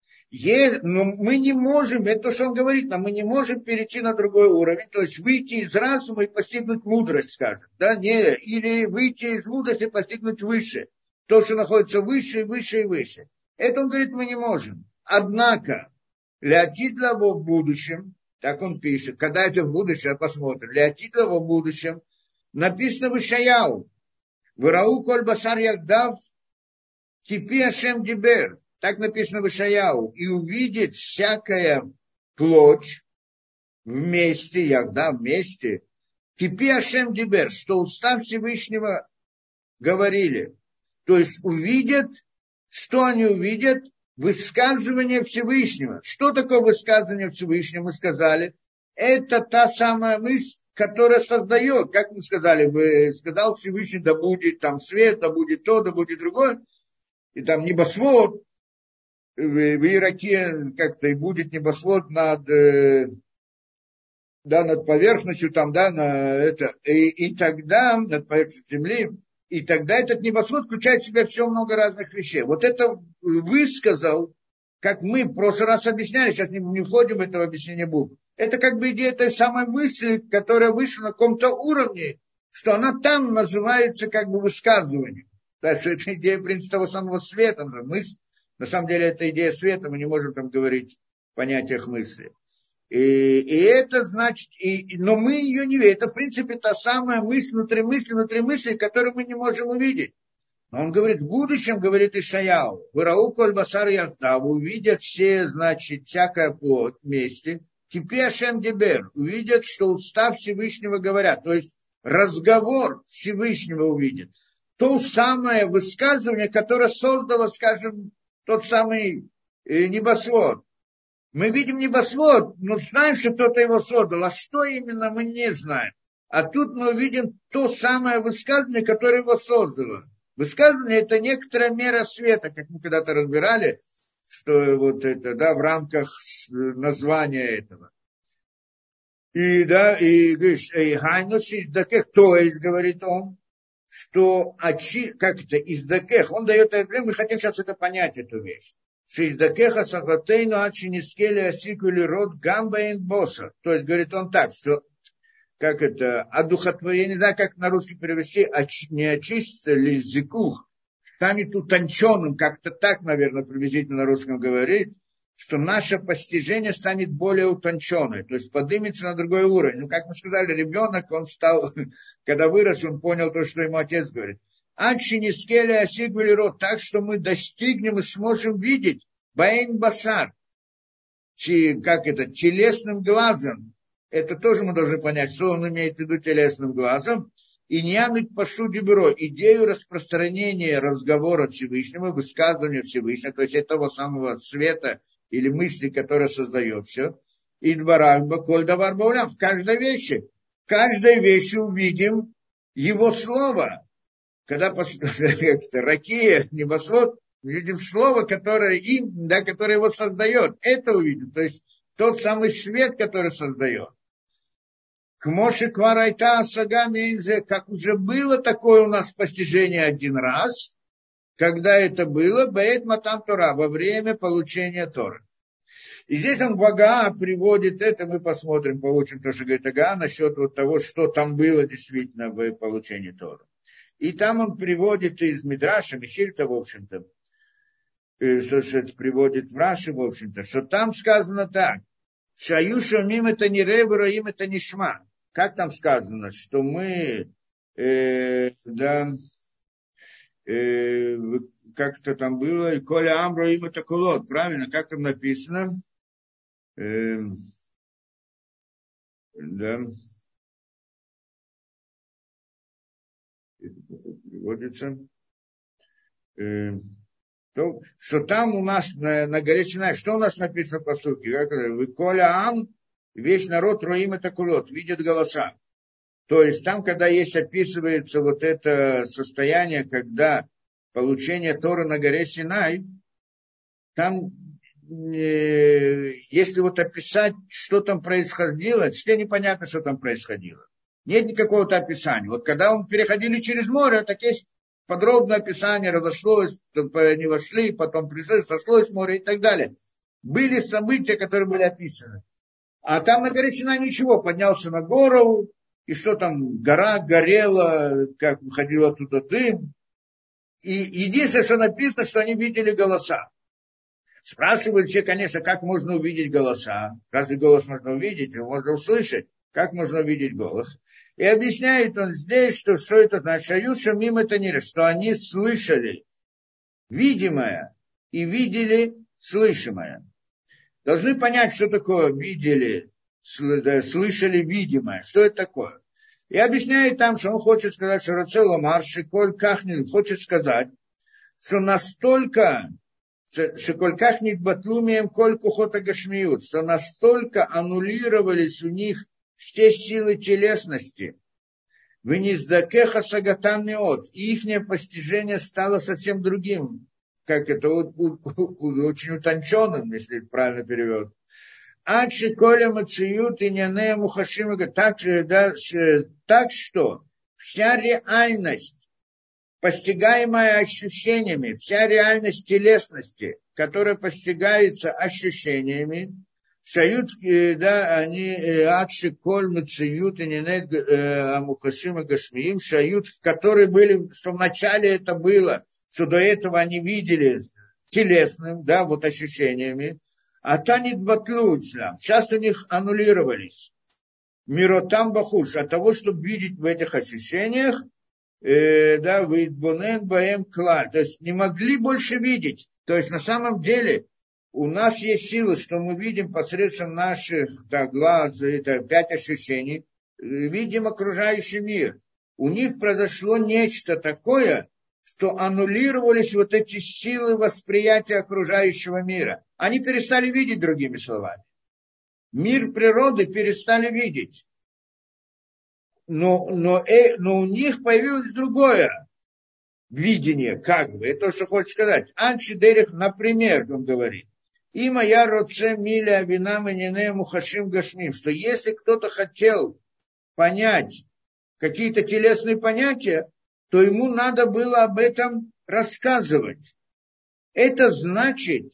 Но мы не можем, это то, что он говорит нам, мы не можем перейти на другой уровень, то есть выйти из разума и постигнуть мудрость, скажем, да, не, или выйти из мудрости и постигнуть выше, то, что находится выше, выше и выше. Это, он говорит, мы не можем. Однако, Леотидлово в будущем, так он пишет, когда это в будущем, посмотрим, Леотидлово в будущем, написано в Ишаяу, «Вырау коль басар ягдав, кипи Ашем дибер». Так написано в Ишаяу. И увидит всякая плоть вместе, вместе. Кипи Ашем дибер, что уста Всевышнего говорили. То есть увидят, что они увидят? высказывание Всевышнего. Что такое высказывание Всевышнего, мы сказали? Это та самая мысль, которая создает, как мы сказали, сказал Всевышний, да будет там свет, да будет то, да будет другое, и там небосвод, в Ираке как-то и будет небосвод над поверхностью, там, да, на это, и тогда, над поверхностью земли, и тогда этот небосвод включает в себя все много разных вещей. Вот это высказал, как мы в прошлый раз объясняли, сейчас не входим в это объяснение букв. Это как бы идея той самой мысли, которая вышла на каком-то уровне, что она там называется как бы высказыванием. То есть это идея, в принципе, того самого света, мысль. На самом деле это идея света, мы не можем там говорить в понятиях мысли. И это значит, но мы ее не видим. Это, в принципе, та самая мысль внутри мысли, которую мы не можем увидеть. Но он говорит, в будущем, говорит Ишаяу, «Вырау коль басар язда», увидят все, значит, всякая плоть вместе, «Кипи Ашем дебер», увидят, что уста Всевышнего говорят, то есть разговор Всевышнего увидят. То самое высказывание, которое создало, скажем, тот самый небосвод. Мы видим небосвод, но знаем, что кто-то его создал. А что именно, мы не знаем. А тут мы увидим то самое высказывание, которое его создало. Высказывание – это некоторая мера света, как мы когда-то разбирали, что вот это, да, в рамках названия этого. И, да, и говоришь, то есть, говорит он, что, как это, издакех, он дает это время, мы хотим сейчас это понять, эту вещь. Шиздакеха сахатейну ачинискели асикули род гамбаин босса. То есть, говорит он так, что, как это, одухотворение, я не знаю, как на русский перевести, не очистится ли зикух, станет утонченным, как-то так, наверное, приблизительно на русском говорит, что наше постижение станет более утонченным, то есть поднимется на другой уровень. Ну, как мы сказали, ребенок, он стал, когда вырос, он понял то, что ему отец говорит. Ачинискели асигвели рот, так что мы достигнем и сможем видеть баин басар, как это, телесным глазом. Это тоже мы должны понять, что он имеет в виду телесным глазом. И не януть пашу дебро, идею распространения разговора Всевышнего, высказывания Всевышнего, то есть этого самого света или мысли, которая создает все. И дворахба, коль давар баулям, в каждой вещи увидим его слово. Когда ракия, небосвод, видим слово, которое которое его создает. Это увидим. То есть тот самый свет, который создает. К Моше Кварайта Сагами, как уже было такое у нас постижение один раз, когда это было, Баэт Матам Тора, во время получения Торы. И здесь он Бага приводит это, мы посмотрим, получим то, что говорит Ага, насчет вот того, что там было действительно в получении Торы. И там он приводит из Мидраша, Михильта, в общем-то, что это приводит в Раши, в общем-то, что там сказано так, Шаюша мим это не ребро, им это не шма. Как там сказано, что мы, как это там было, и коля амбро им это кулот, правильно, как там написано? Да. Это приводится. То, что там у нас на горе Синай, что у нас написано по ссылке? Вы коля ам, весь народ роим это кулот, видит голоса. То есть там, когда есть описывается вот это состояние, когда получение Торы на горе Синай, там, если вот описать, что там происходило, все непонятно, что там происходило. Нет никакого описания. Вот когда мы переходили через море, так есть подробное описание, разошлось, они вошли, потом пришли, сошлось море и так далее. Были события, которые были описаны. А там на горе Синай ничего, поднялся на гору, и что там, гора горела, как выходил оттуда дым. И единственное, что написано, что они видели голоса. Спрашивают все, конечно, как можно увидеть голоса. Разве голос можно увидеть? Его можно услышать. Как можно увидеть голос? И объясняет он здесь, что это значит. Шаюша мим это не, что они слышали видимое и видели слышимое. Должны понять, что такое видели, слышали видимое. Что это такое? И объясняет там, что он хочет сказать, что Рацел Омар Шиколь Кахнин хочет сказать, что настолько Шекольках нитбатлумием коль кухота гашмиют, что настолько аннулировались у них все силы телесности, вниздакеха сагатам меот, и их постижение стало совсем другим, как это очень утонченным, если это правильно перевод. Акши коля мациют и няне мухашимага, так что вся реальность, постигаемая ощущениями, вся реальность телесности, которая постигается ощущениями, шают, да, они акши коль мациют и няне мухашима гашмиим, шают, которые были, что вначале это было, что до этого они видели телесным, да, вот ощущениями, а танит батлу ислам. Сейчас у них аннулировались. Миротам бахуш. От того, чтобы видеть в этих ощущениях, да, вейтбонен баэм клаль. То есть не могли больше видеть. То есть на самом деле у нас есть сила, что мы видим посредством наших, да, глаз, это 5 ощущений, видим окружающий мир. У них произошло нечто такое, что аннулировались вот эти силы восприятия окружающего мира. Они перестали видеть, другими словами. Мир природы перестали видеть. Но у них появилось другое видение, как бы. Это то, что хочет сказать. Анчи Дерих, например, он говорит. Има я роце миля винам и нене мухашим гашмим. Что если кто-то хотел понять какие-то телесные понятия, то ему надо было об этом рассказывать. Это значит,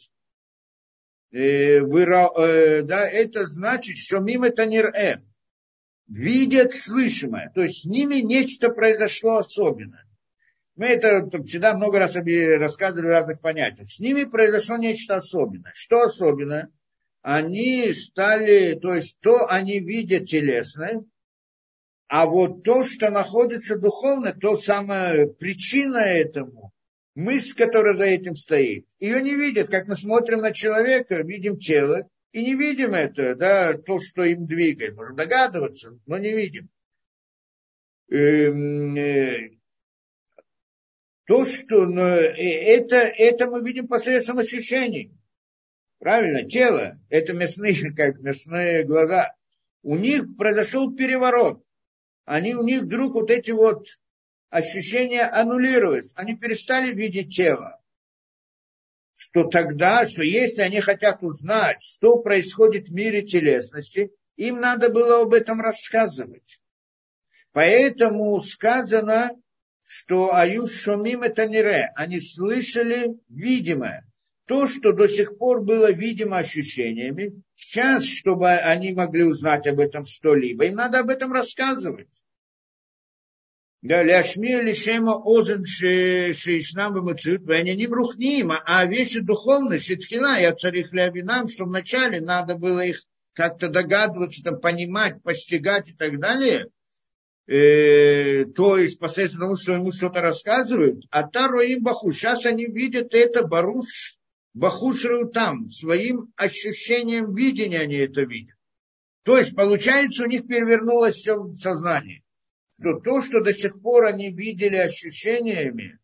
это значит, что мимо это нир-э, видят слышимое. То есть с ними нечто произошло особенное. Мы это всегда много раз рассказывали в разных понятиях. С ними произошло нечто особенное. Что особенное? Они стали, то есть то они видят телесное, а вот то, что находится духовно, то самая причина этому, мысль, которая за этим стоит, ее не видят. Как мы смотрим на человека, видим тело, и не видим это, да, то, что им двигает. Можем догадываться, но не видим. То, что это мы видим посредством ощущений. Правильно, тело, это мясные глаза. У них произошел переворот. У них вдруг вот эти вот ощущения аннулировались. Они перестали видеть тело. Что тогда, что если они хотят узнать, что происходит в мире телесности, им надо было об этом рассказывать. Поэтому сказано, что аюш шомим это нире. Они слышали видимое. То, что до сих пор было видимо ощущениями, сейчас, чтобы они могли узнать об этом что-либо, им надо об этом рассказывать. Да, ляшми лишема озен шеишнам бэмэцют, вэняним рухним, а вещи духовные, шитхила, я царих лявинам, что вначале надо было их как-то догадываться, там, понимать, постигать и так далее, то есть посредством того, что ему что-то рассказывают, а таро им бахуш, сейчас они видят это баруш, бахушру там, своим ощущением видения они это видят. То есть, получается, у них перевернулось все в сознании. Что то, что до сих пор они видели ощущениями,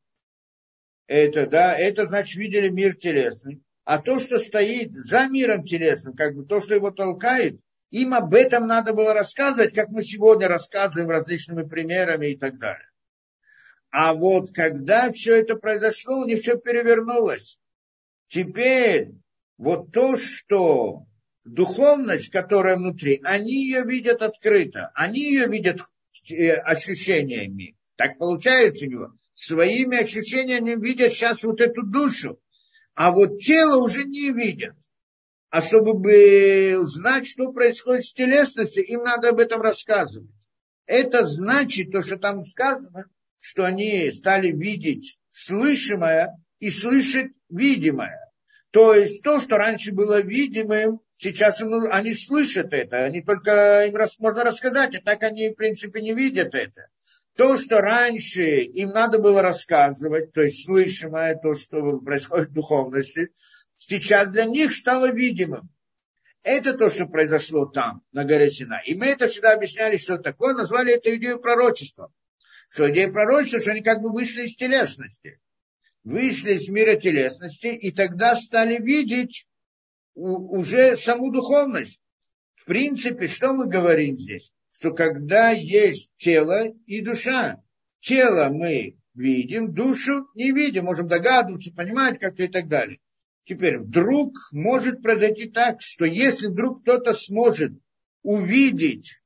это значит видели мир телесный. А то, что стоит за миром телесным, как бы то, что его толкает, им об этом надо было рассказывать, как мы сегодня рассказываем различными примерами и так далее. А вот когда все это произошло, у них все перевернулось. Теперь вот то, что духовность, которая внутри, они ее видят открыто, они ее видят ощущениями. Так получается у него. Своими ощущениями видят сейчас вот эту душу, а вот тело уже не видят. А чтобы узнать, что происходит с телесностью, им надо об этом рассказывать. Это значит, то, что там сказано, что они стали видеть слышимое и слышать видимое. То есть то, что раньше было видимым, сейчас они слышат это. Они только им можно рассказать, а так они, в принципе, не видят это. То, что раньше им надо было рассказывать, то есть слышимое, то, что происходит в духовности, сейчас для них стало видимым. Это то, что произошло там, на горе Синай. И мы это всегда объясняли, что такое, назвали это идею пророчества. Что идея пророчества, что они как бы вышли из телесности. вышли из мира телесности, и тогда стали видеть уже саму духовность. В принципе, что мы говорим здесь? Что когда есть тело и душа, тело мы видим, душу не видим, можем догадываться, понимать как-то и так далее. Теперь вдруг может произойти так, что если вдруг кто-то сможет увидеть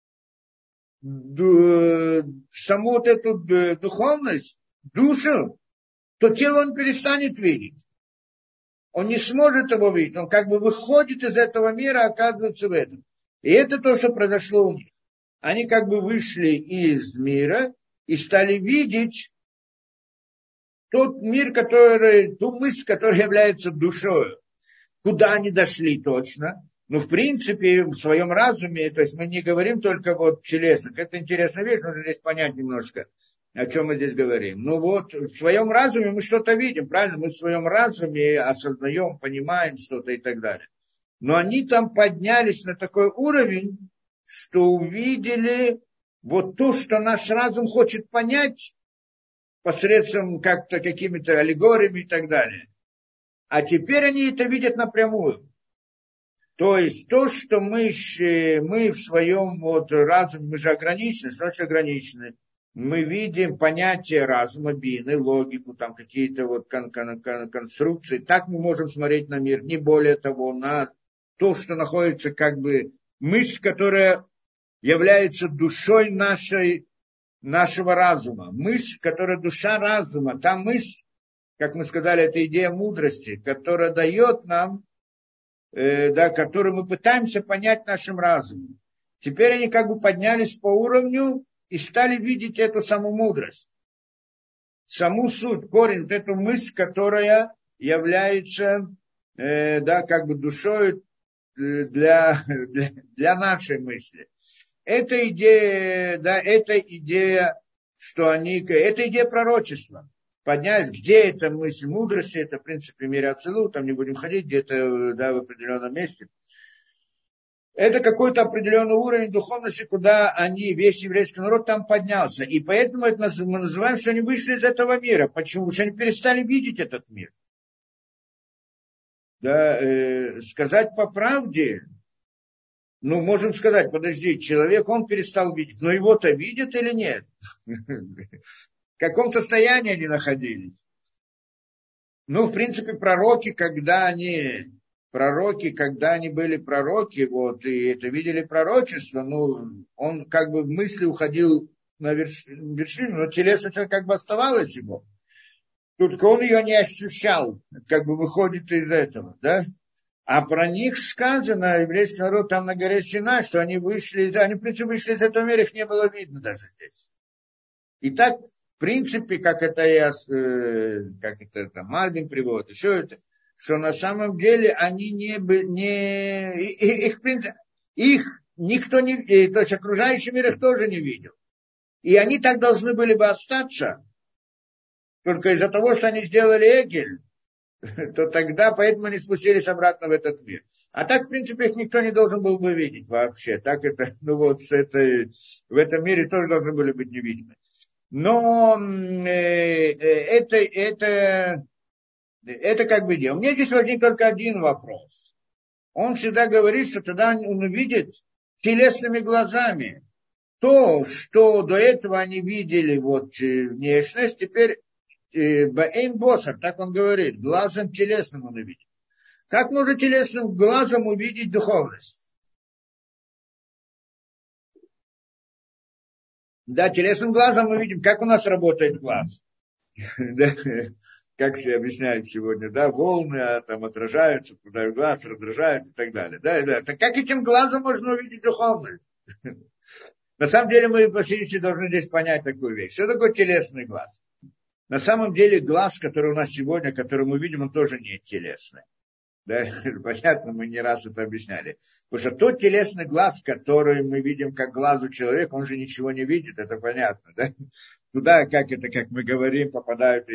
саму вот эту духовность, душу, то тело он перестанет видеть. Он не сможет его видеть. Он как бы выходит из этого мира, оказывается в этом. И это то, что произошло у них. Они как бы вышли из мира и стали видеть тот мир, ту мысль, которая является душой. Куда они дошли точно. Но в принципе в своем разуме, то есть мы не говорим только вот телесных. Это интересная вещь, нужно здесь понять немножко, о чем мы здесь говорим. Ну вот, в своем разуме мы что-то видим, правильно? Мы в своем разуме осознаем, понимаем что-то и так далее. Но они там поднялись на такой уровень, что увидели вот то, что наш разум хочет понять посредством как-то какими-то аллегориями и так далее. А теперь они это видят напрямую. То есть то, что мы в своем вот разуме, мы же ограничены, значит ограничены. Мы видим понятие разума, бины, логику, там какие-то вот конструкции. Так мы можем смотреть на мир, не более того, на то, что находится как бы мысль, которая является душой нашего разума. Мысль, которая душа разума, та мысль, как мы сказали, это идея мудрости, которая дает нам, которую мы пытаемся понять нашим разумом. Теперь они как бы поднялись по уровню и стали видеть эту саму мудрость, саму суть, корень, вот эту мысль, которая является как бы душой для нашей мысли. Это идея, это идея пророчества. Поднять, где эта мысль мудрости, это в принципе мир Ацилут, там не будем ходить, где-то в определенном месте. Это какой-то определенный уровень духовности, куда весь еврейский народ там поднялся. И поэтому мы называем, что они вышли из этого мира. Почему? Потому что они перестали видеть этот мир. Сказать по правде, можем сказать, подожди, человек, он перестал видеть, но его-то видят или нет? В каком состоянии они находились? В принципе, пророки, когда они были пророки, вот, и это видели пророчество, он как бы в мысли уходил на вершину, но телесно как бы оставалось его. Только он ее не ощущал, как бы выходит из этого, да? А про них сказано, еврейский народ там на горе Синай, что они в принципе вышли из этого мира, их не было видно даже здесь. И так, в принципе, как это Мальбин приводит, еще это, что на самом деле они их никто не, то есть окружающий мир их тоже не видел. И они так должны были бы остаться, только из-за того, что они сделали Эгель, то тогда, поэтому они спустились обратно в этот мир. А так, в принципе, их никто не должен был бы видеть вообще. Так это, в этом мире тоже должны были быть невидимы. Но это как бы дело. У меня здесь возник только один вопрос. Он всегда говорит, что тогда он увидит телесными глазами то, что до этого они видели внешность, теперь Баэйн Босар, так он говорит, глазом телесным он увидит. Как можно телесным глазом увидеть духовность? Да, телесным глазом мы видим, как у нас работает глаз. Как все объясняют сегодня, волны там отражаются, попадают в глаз, раздражаются и так далее. Так как этим глазом можно увидеть духовность? На самом деле мы, по сути, должны здесь понять такую вещь. Что такое телесный глаз? На самом деле глаз, который у нас сегодня, который мы видим, он тоже не телесный. Да, понятно, мы не раз это объясняли. Потому что тот телесный глаз, который мы видим как глазу человека, он же ничего не видит, это понятно. Да? Туда, как мы говорим, попадают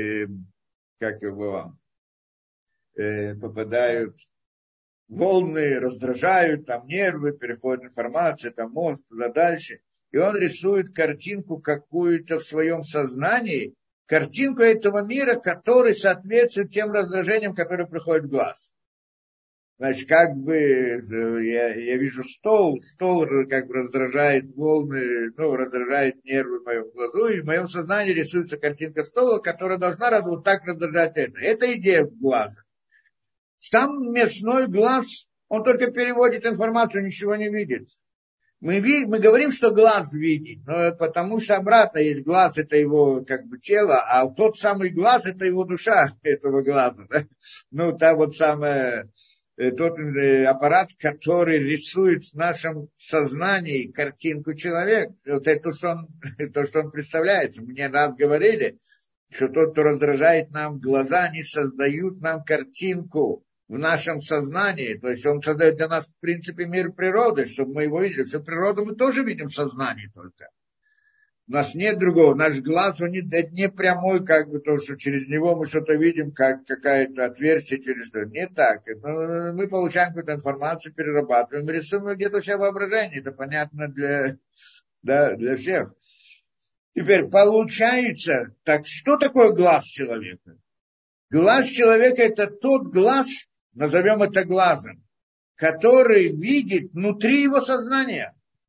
попадают волны, раздражают, там нервы, переходит информация, там мозг, туда дальше. И он рисует картинку какую-то в своем сознании, картинку этого мира, который соответствует тем раздражениям, которые приходят в глаз. Значит, как бы я вижу стол как бы раздражает волны, раздражает нервы в моем глазу, и в моем сознании рисуется картинка стола, которая должна вот так раздражать это. Это идея глаза. Сам мясной глаз, он только переводит информацию, ничего не видит. Мы говорим, что глаз видит, но потому что обратно есть глаз, это его как бы тело, а тот самый глаз, это его душа этого глаза. Да? Та вот самая, тот аппарат, который рисует в нашем сознании картинку человека, вот это то, что он представляется. Мне раз говорили, что тот, кто раздражает нам глаза, они создают нам картинку в нашем сознании, то есть он создает для нас, в принципе, мир природы, чтобы мы его видели. Всю природу мы тоже видим в сознании только. У нас нет другого. Наш глаз, он не прямой, как бы то, что через него мы что-то видим, как какое-то отверстие через что. Не так. Мы получаем какую-то информацию, перерабатываем, рисуем где-то все воображение. Это понятно для всех. Теперь получается, так что такое глаз человека? Глаз человека – это тот глаз, назовем это глазом, который видит внутри его сознания.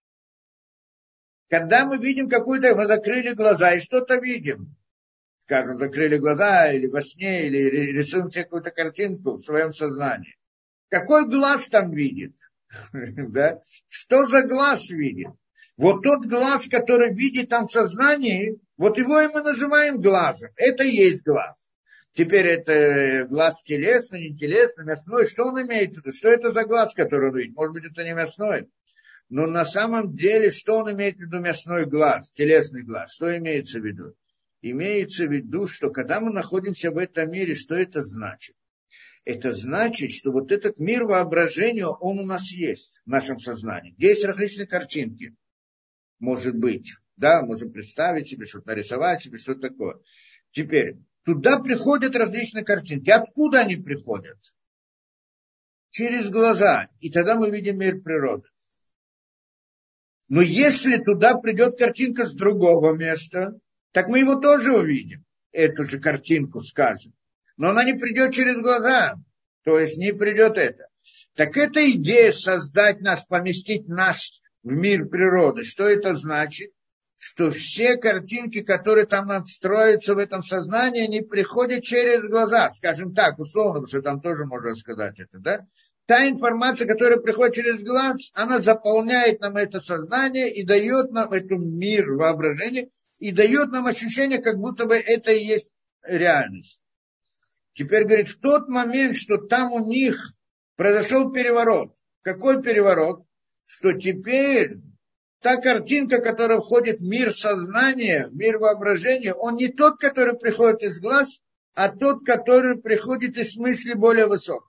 Когда мы видим мы закрыли глаза и что-то видим, скажем, закрыли глаза или во сне, или рисуем себе какую-то картинку в своем сознании. Какой глаз там видит? Да? Что за глаз видит? Вот тот глаз, который видит там в сознании, вот его и мы называем глазом. Это и есть глаз. Теперь это глаз телесный, не телесный, мясной. Что он имеет в виду? Что это за глаз, который он видит? Может быть, это не мясной. Но на самом деле, что он имеет в виду мясной глаз, телесный глаз? Что имеется в виду? Имеется в виду, что когда мы находимся в этом мире, что это значит? Это значит, что вот этот мир воображения, он у нас есть в нашем сознании. Где есть различные картинки. Может быть. Да, можем представить себе, что-то нарисовать себе, что-то такое. Теперь, туда приходят различные картинки. Откуда они приходят? Через глаза. И тогда мы видим мир природы. Но если туда придет картинка с другого места, так мы его тоже увидим. Эту же картинку скажем. Но она не придет через глаза. То есть не придет это. Так эта идея создать нас, поместить нас в мир природы. Что это значит? Что все картинки, которые там нам встроятся в этом сознании, они приходят через глаза. Скажем так, условно, потому что там тоже можно сказать это, да? Та информация, которая приходит через глаз, она заполняет нам это сознание и дает нам этот мир воображения, и дает нам ощущение, как будто бы это и есть реальность. Теперь, говорит, в тот момент, что там у них произошел переворот. Какой переворот? Что теперь та картинка, которая входит в мир сознания, в мир воображения, он не тот, который приходит из глаз, а тот, который приходит из мысли более высокой.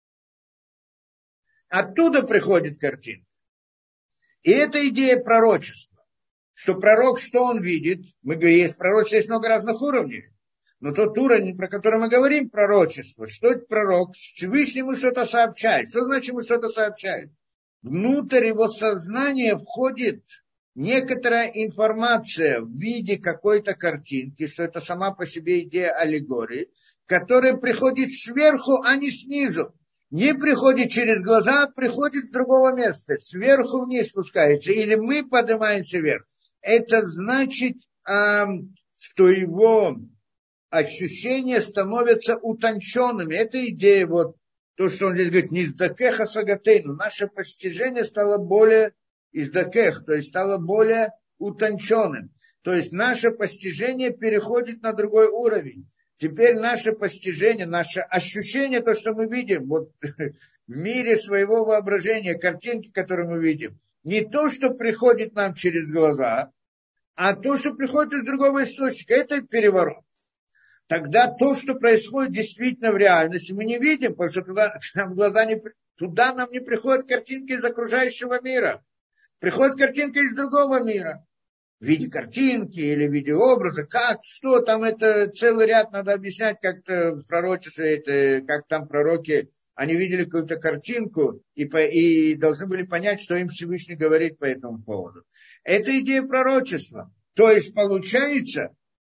Оттуда приходит картинка. И это идея пророчества. Что пророк, что он видит? Мы говорим, есть пророчество, есть много разных уровней. Но тот уровень, про который мы говорим, пророчество. Что это пророк? Всевышнему что-то сообщает. Что значит ему что-то сообщает? Внутрь его сознания входит некоторая информация в виде какой-то картинки, что это сама по себе идея аллегории, которая приходит сверху, а не снизу. Не приходит через глаза, а приходит с другого места. Сверху вниз спускается. Или мы поднимаемся вверх. Это значит, что его ощущения становятся утонченными. Это идея, вот то, что он здесь говорит, низдакеха сагатейну. Наше постижение стало более издакех, то есть стало более утонченным. То есть наше постижение переходит на другой уровень. Теперь наше постижение, наше ощущение, то, что мы видим вот, в мире своего воображения, картинки, которые мы видим, не то, что приходит нам через глаза, а то, что приходит из другого источника, это переворот. Тогда то, что происходит действительно в реальности, мы не видим, потому что туда нам не приходят картинки из окружающего мира. Приходит картинка из другого мира. В виде картинки или в виде образа, как, что там, это целый ряд надо объяснять, как-то в пророчестве, это, как там пророки, они видели какую-то картинку и должны были понять, что им Всевышний говорит по этому поводу. Это идея пророчества. То есть получается,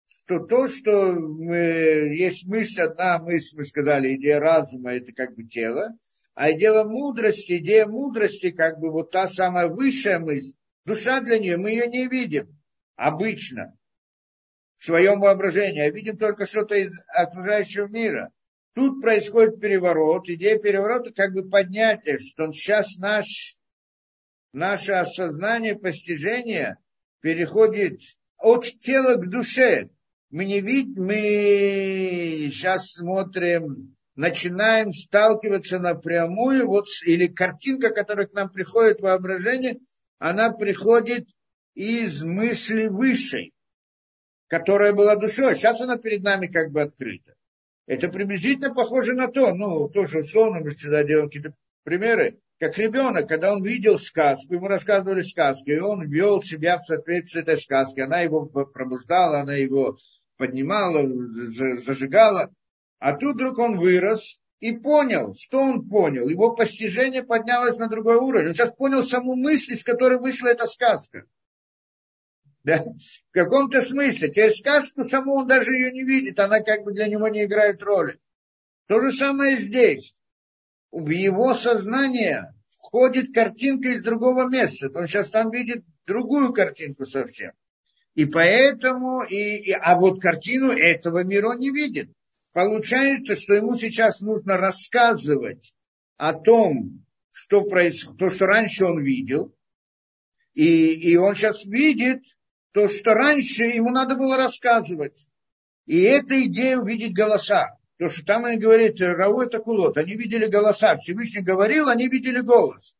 что то, что есть мысль, одна мысль, мы сказали, идея разума, это как бы тело, а идея мудрости, как бы вот та самая высшая мысль, душа для нее, мы ее не видим обычно в своем воображении, а видим только что-то из окружающего мира. Тут происходит переворот, идея переворота как бы поднятие, что сейчас наше осознание, постижение переходит от тела к душе. Мы не видим, мы сейчас смотрим, начинаем сталкиваться напрямую, вот, или картинка, которая к нам приходит в воображение, она приходит из мысли высшей, которая была душой. Сейчас она перед нами как бы открыта. Это приблизительно похоже на то, тоже условно, мы всегда делаем какие-то примеры, как ребенок, когда он видел сказку, ему рассказывали сказки, и он вел себя в соответствии с этой сказкой, она его пробуждала, она его поднимала, зажигала, а тут вдруг он вырос и понял, что он понял, его постижение поднялось на другой уровень, он сейчас понял саму мысль, из которой вышла эта сказка. Да? В каком-то смысле. Теперь сказку саму он даже ее не видит, она как бы для него не играет роли. То же самое здесь. В его сознание входит картинка из другого места. Он сейчас там видит другую картинку совсем. И поэтому, а вот картину этого мира он не видит. Получается, что ему сейчас нужно рассказывать о том, что происходит, то, что раньше он видел. И он сейчас видит то, что раньше ему надо было рассказывать. И эта идея увидеть голоса. То, что там и говорит, Рау это кулот, они видели голоса. Всевышний говорил, они видели голос.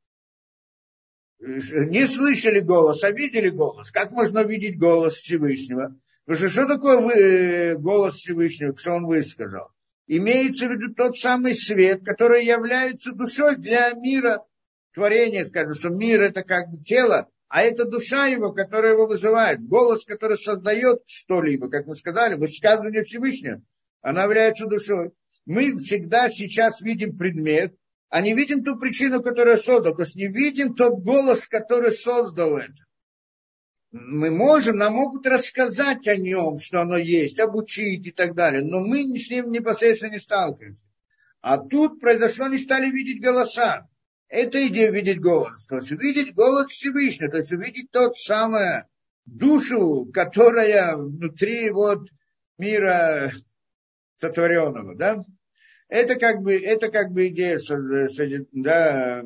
Не слышали голос, а видели голос. Как можно увидеть голос Всевышнего? Потому что такое голос Всевышнего, что он высказал? Имеется в виду тот самый свет, который является душой для мира творения. Скажем, что мир это как бы тело, а это душа его, которая его вызывает. Голос, который создает что-либо, как мы сказали, высказывание Всевышнего, она является душой. Мы всегда сейчас видим предмет, а не видим ту причину, которую создал. То есть не видим тот голос, который создал это. Нам могут рассказать о нем, что оно есть, обучить и так далее, но мы с ним непосредственно не сталкиваемся. А тут произошло, они стали видеть голоса. Это идея видеть голос. То есть увидеть голос Всевышнего, то есть увидеть тот самую душу, которая внутри вот мира сотворенного, да? Это как бы идея, да,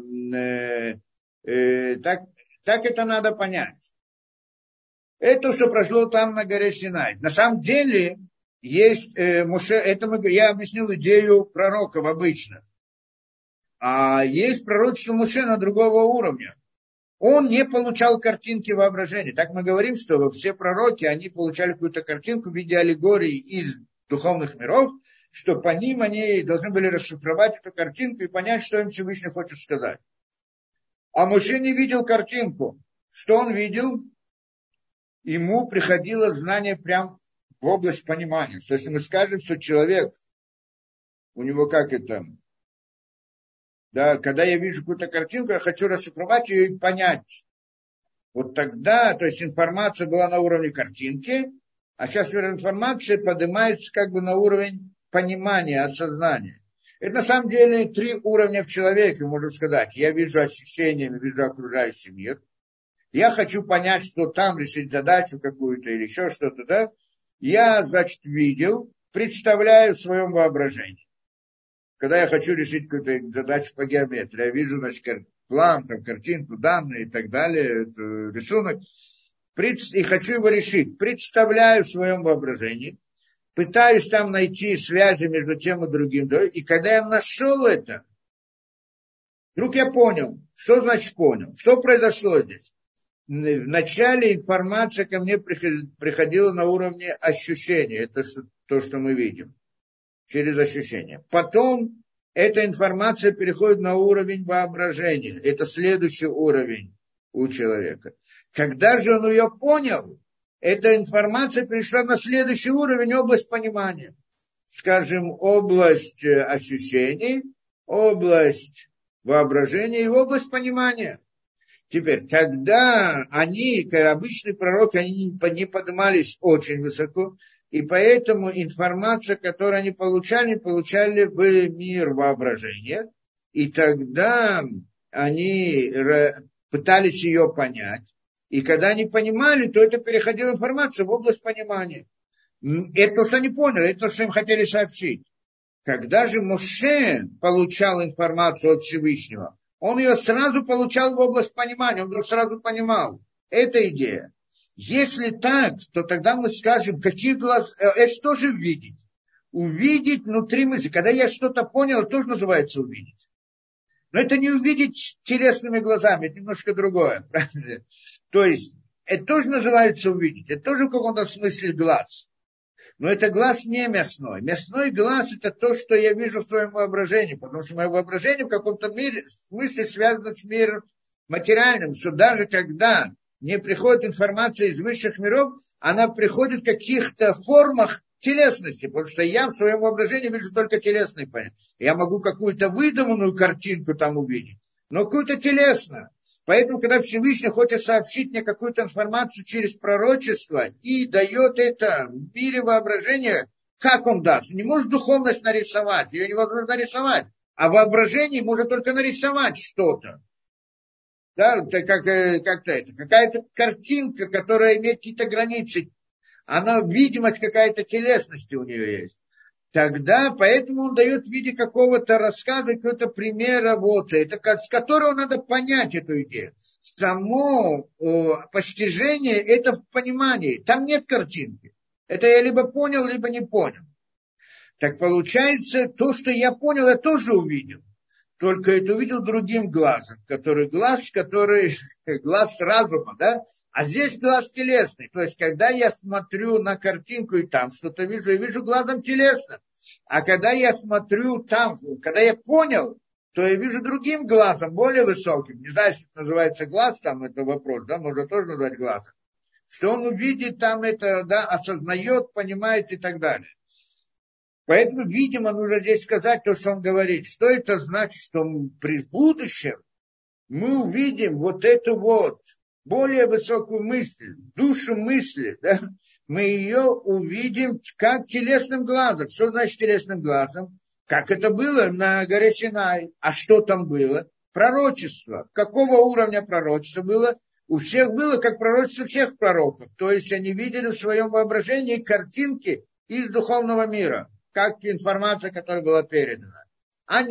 так это надо понять. Это, что прошло там на горе Синай. На самом деле, есть Моше, я объяснил идею пророков обычно. А есть пророчество Моше на другого уровня. Он не получал картинки воображения. Так мы говорим, что все пророки, они получали какую-то картинку в виде аллегории из духовных миров, что по ним они должны были расшифровать эту картинку и понять, что им Всевышний хочет сказать. А Моше не видел картинку. Что он видел? Ему приходило знание прямо в область понимания. Что если мы скажем, что человек, у него как это, да, когда я вижу какую-то картинку, я хочу расшифровать ее и понять. Вот тогда, то есть информация была на уровне картинки, а сейчас информация поднимается как бы на уровень понимания, осознания. Это на самом деле 3 уровня в человеке, можно сказать. Я вижу ощущениями, вижу окружающий мир. Я хочу понять, что там, решить задачу какую-то или еще что-то, да. Я, значит, видел, представляю в своем воображении. Когда я хочу решить какую-то задачу по геометрии, я вижу, значит, план, там, картинку, данные и так далее, рисунок, и хочу его решить. Представляю в своем воображении, пытаюсь там найти связи между тем и другим, да, и когда я нашел это, вдруг я понял, что значит понял, что произошло здесь. Вначале информация ко мне приходила на уровне ощущения, это то, что мы видим, через ощущения. Потом эта информация переходит на уровень воображения, это следующий уровень у человека. Когда же он ее понял, эта информация перешла на следующий уровень, область понимания. Скажем, область ощущений, область воображения и область понимания. Теперь, когда они, как обычные пророки, они не поднимались очень высоко, и поэтому информация, которую они получали в мир воображения, и тогда они пытались ее понять, и когда они понимали, то это переходила информация в область понимания. Это то, что они поняли, это то, что им хотели сообщить. Когда же Моше получал информацию от Всевышнего, он ее сразу получал в область понимания, он вдруг сразу понимал. Это идея. Если так, то тогда мы скажем, какие глаза, это тоже видеть. Увидеть внутри мысли. Когда я что-то понял, это тоже называется увидеть. Но это не увидеть телесными глазами, это немножко другое. Правильно? То есть, это тоже называется увидеть. Это тоже в каком-то смысле глаз. Но это глаз не мясной. Мясной глаз – это то, что я вижу в своем воображении. Потому что мое воображение в каком-то смысле связано с миром материальным. Что даже когда мне приходит информация из высших миров, она приходит в каких-то формах телесности. Потому что я в своем воображении вижу только телесный понятие. Я могу какую-то выдуманную картинку там увидеть. Но какую-то телесную. Поэтому, когда Всевышний хочет сообщить мне какую-то информацию через пророчество и дает это в мире воображения, как он даст? Он не может духовность нарисовать, ее невозможно нарисовать. А воображение может только нарисовать что-то. Да, это как-то это. Какая-то картинка, которая имеет какие-то границы. Она, видимость какая-то телесности у нее есть. Тогда, поэтому он дает в виде какого-то рассказа, какого-то примера, вот, это, с которого надо понять эту идею. Само постижение – это в понимании, там нет картинки. Это я либо понял, либо не понял. Так получается, то, что я понял, я тоже увидел. Только это увидел другим глазом, который глаз разума, да? А здесь глаз телесный. То есть, когда я смотрю на картинку и там что-то вижу, я вижу глазом телесным. А когда я смотрю там, когда я понял, то я вижу другим глазом, более высоким. Не знаю, если это называется глаз, там это вопрос, да, можно тоже назвать глазом. Что он увидит там это, да, осознает, понимает и так далее. Поэтому, видимо, нужно здесь сказать то, что он говорит. Что это значит, что при будущем мы увидим вот эту вот более высокую мысль, душу мысли, да? Мы ее увидим как телесным глазом. Что значит телесным глазом? Как это было на горе Синай. А что там было? Пророчество. Какого уровня пророчества было? У всех было как пророчество всех пророков. То есть они видели в своем воображении картинки из духовного мира. Как информация, которая была передана, а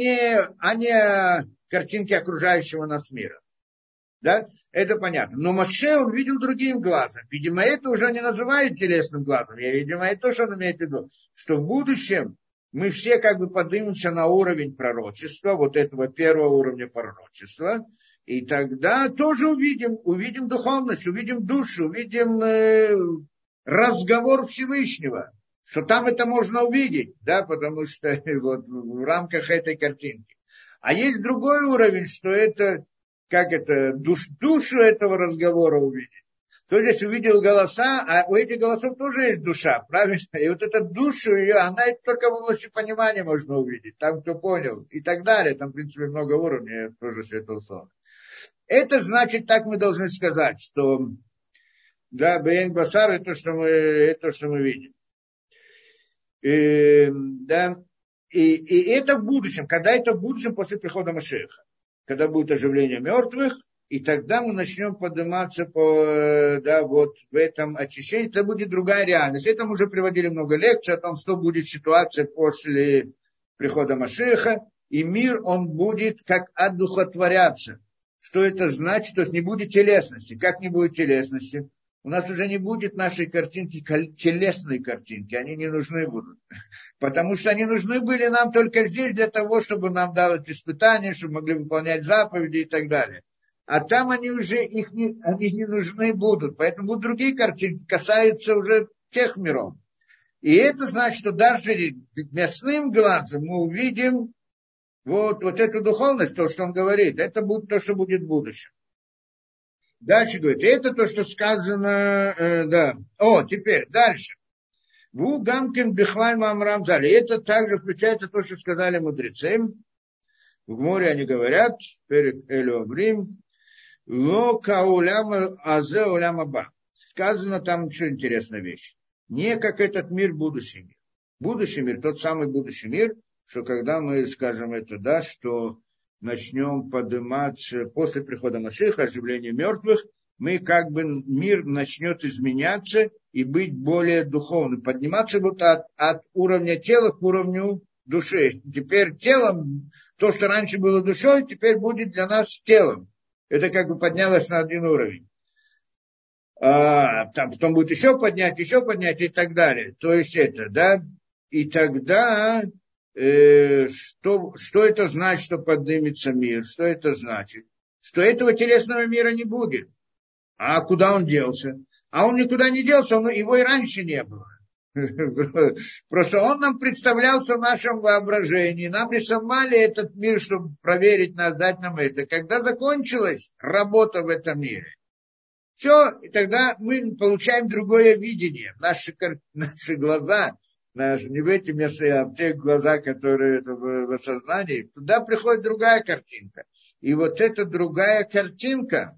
не картинки окружающего нас мира. Да? Это понятно. Но Моше он видел другим глазом. Видимо, это уже не называют телесным глазом. Видимо, это то, что он имеет в виду. Что в будущем мы все как бы поднимемся на уровень пророчества, вот этого первого уровня пророчества, и тогда тоже увидим духовность, увидим душу, увидим разговор Всевышнего. Что там это можно увидеть, да, потому что вот в рамках этой картинки. А есть другой уровень, что это, как это, душу этого разговора увидеть. То есть увидел голоса, а у этих голосов тоже есть душа, правильно? И вот эту душу ее, она только в области понимания можно увидеть, там кто понял, и так далее. Там, в принципе, много уровней, тоже все это условно. Это значит, так мы должны сказать, что, да, Бейн Басар, это, что мы видим. Да, и это в будущем, когда это в будущем после прихода Машеха, когда будет оживление мертвых, и тогда мы начнем подниматься да, вот в этом очищении, это будет другая реальность. Это мы уже приводили много лекций о том, что будет ситуация после прихода Машеха, и мир, он будет как одухотворяться. Что это значит? То есть не будет телесности. Как не будет телесности? У нас уже не будет нашей картинки, телесной картинки, они не нужны будут. Потому что они нужны были нам только здесь для того, чтобы нам дать испытания, чтобы могли выполнять заповеди и так далее. А там они уже они не нужны будут. Поэтому будут другие картинки, касаются уже тех миров. И это значит, что даже мясным глазом мы увидим вот эту духовность, то, что он говорит. Это будет то, что будет в будущем. Дальше говорит, это то, что сказано, да. Теперь, дальше. Ву гамкин бихлай мамрам зали. Это также включается то, что сказали мудрецы. В море они говорят, перед Элеобрим, ло кауляма азе уляма ба. Сказано там еще интересная вещь. Не как этот мир, будущий мир. Будущий мир, тот самый будущий мир, что когда мы скажем это, да, что начнем подниматься после прихода Машиха, оживления мертвых, мы как бы мир начнет изменяться и быть более духовным. Подниматься вот от уровня тела к уровню души. Теперь телом, то, что раньше было душой, теперь будет для нас телом. Это как бы поднялось на один уровень. Там потом будет еще поднять и так далее. То есть это, да. И тогда что это значит, что поднимется мир? Что это значит? Что этого телесного мира не будет. А куда он делся? А он никуда не делся, его и раньше не было. Просто он нам представлялся в нашем воображении. Нам рисовали этот мир, чтобы проверить нас, дать нам это. Когда закончилась работа в этом мире, все, и тогда мы получаем другое видение. Наши глаза, не в эти места, а в те глаза, которые в осознании, туда приходит другая картинка. И вот эта другая картинка,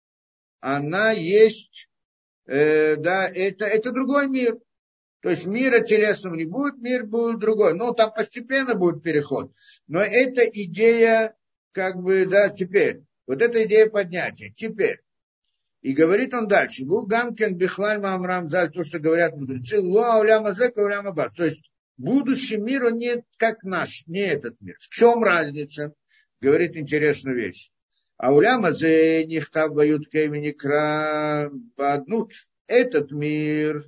она есть, да, это другой мир. То есть мира телесного не будет, мир будет другой. Ну, там постепенно будет переход. Но эта идея, как бы, да, теперь. Вот эта идея поднятия. Теперь. И говорит он дальше. Гамкен бихлаль маамрам заль, то, что говорят мудрецы, луа уляма зека уляма бас. То есть будущий мир, он не как наш, не этот мир. В чем разница? Говорит интересную вещь. А уляма зе нихтав бают кевиникра баднут. Этот мир,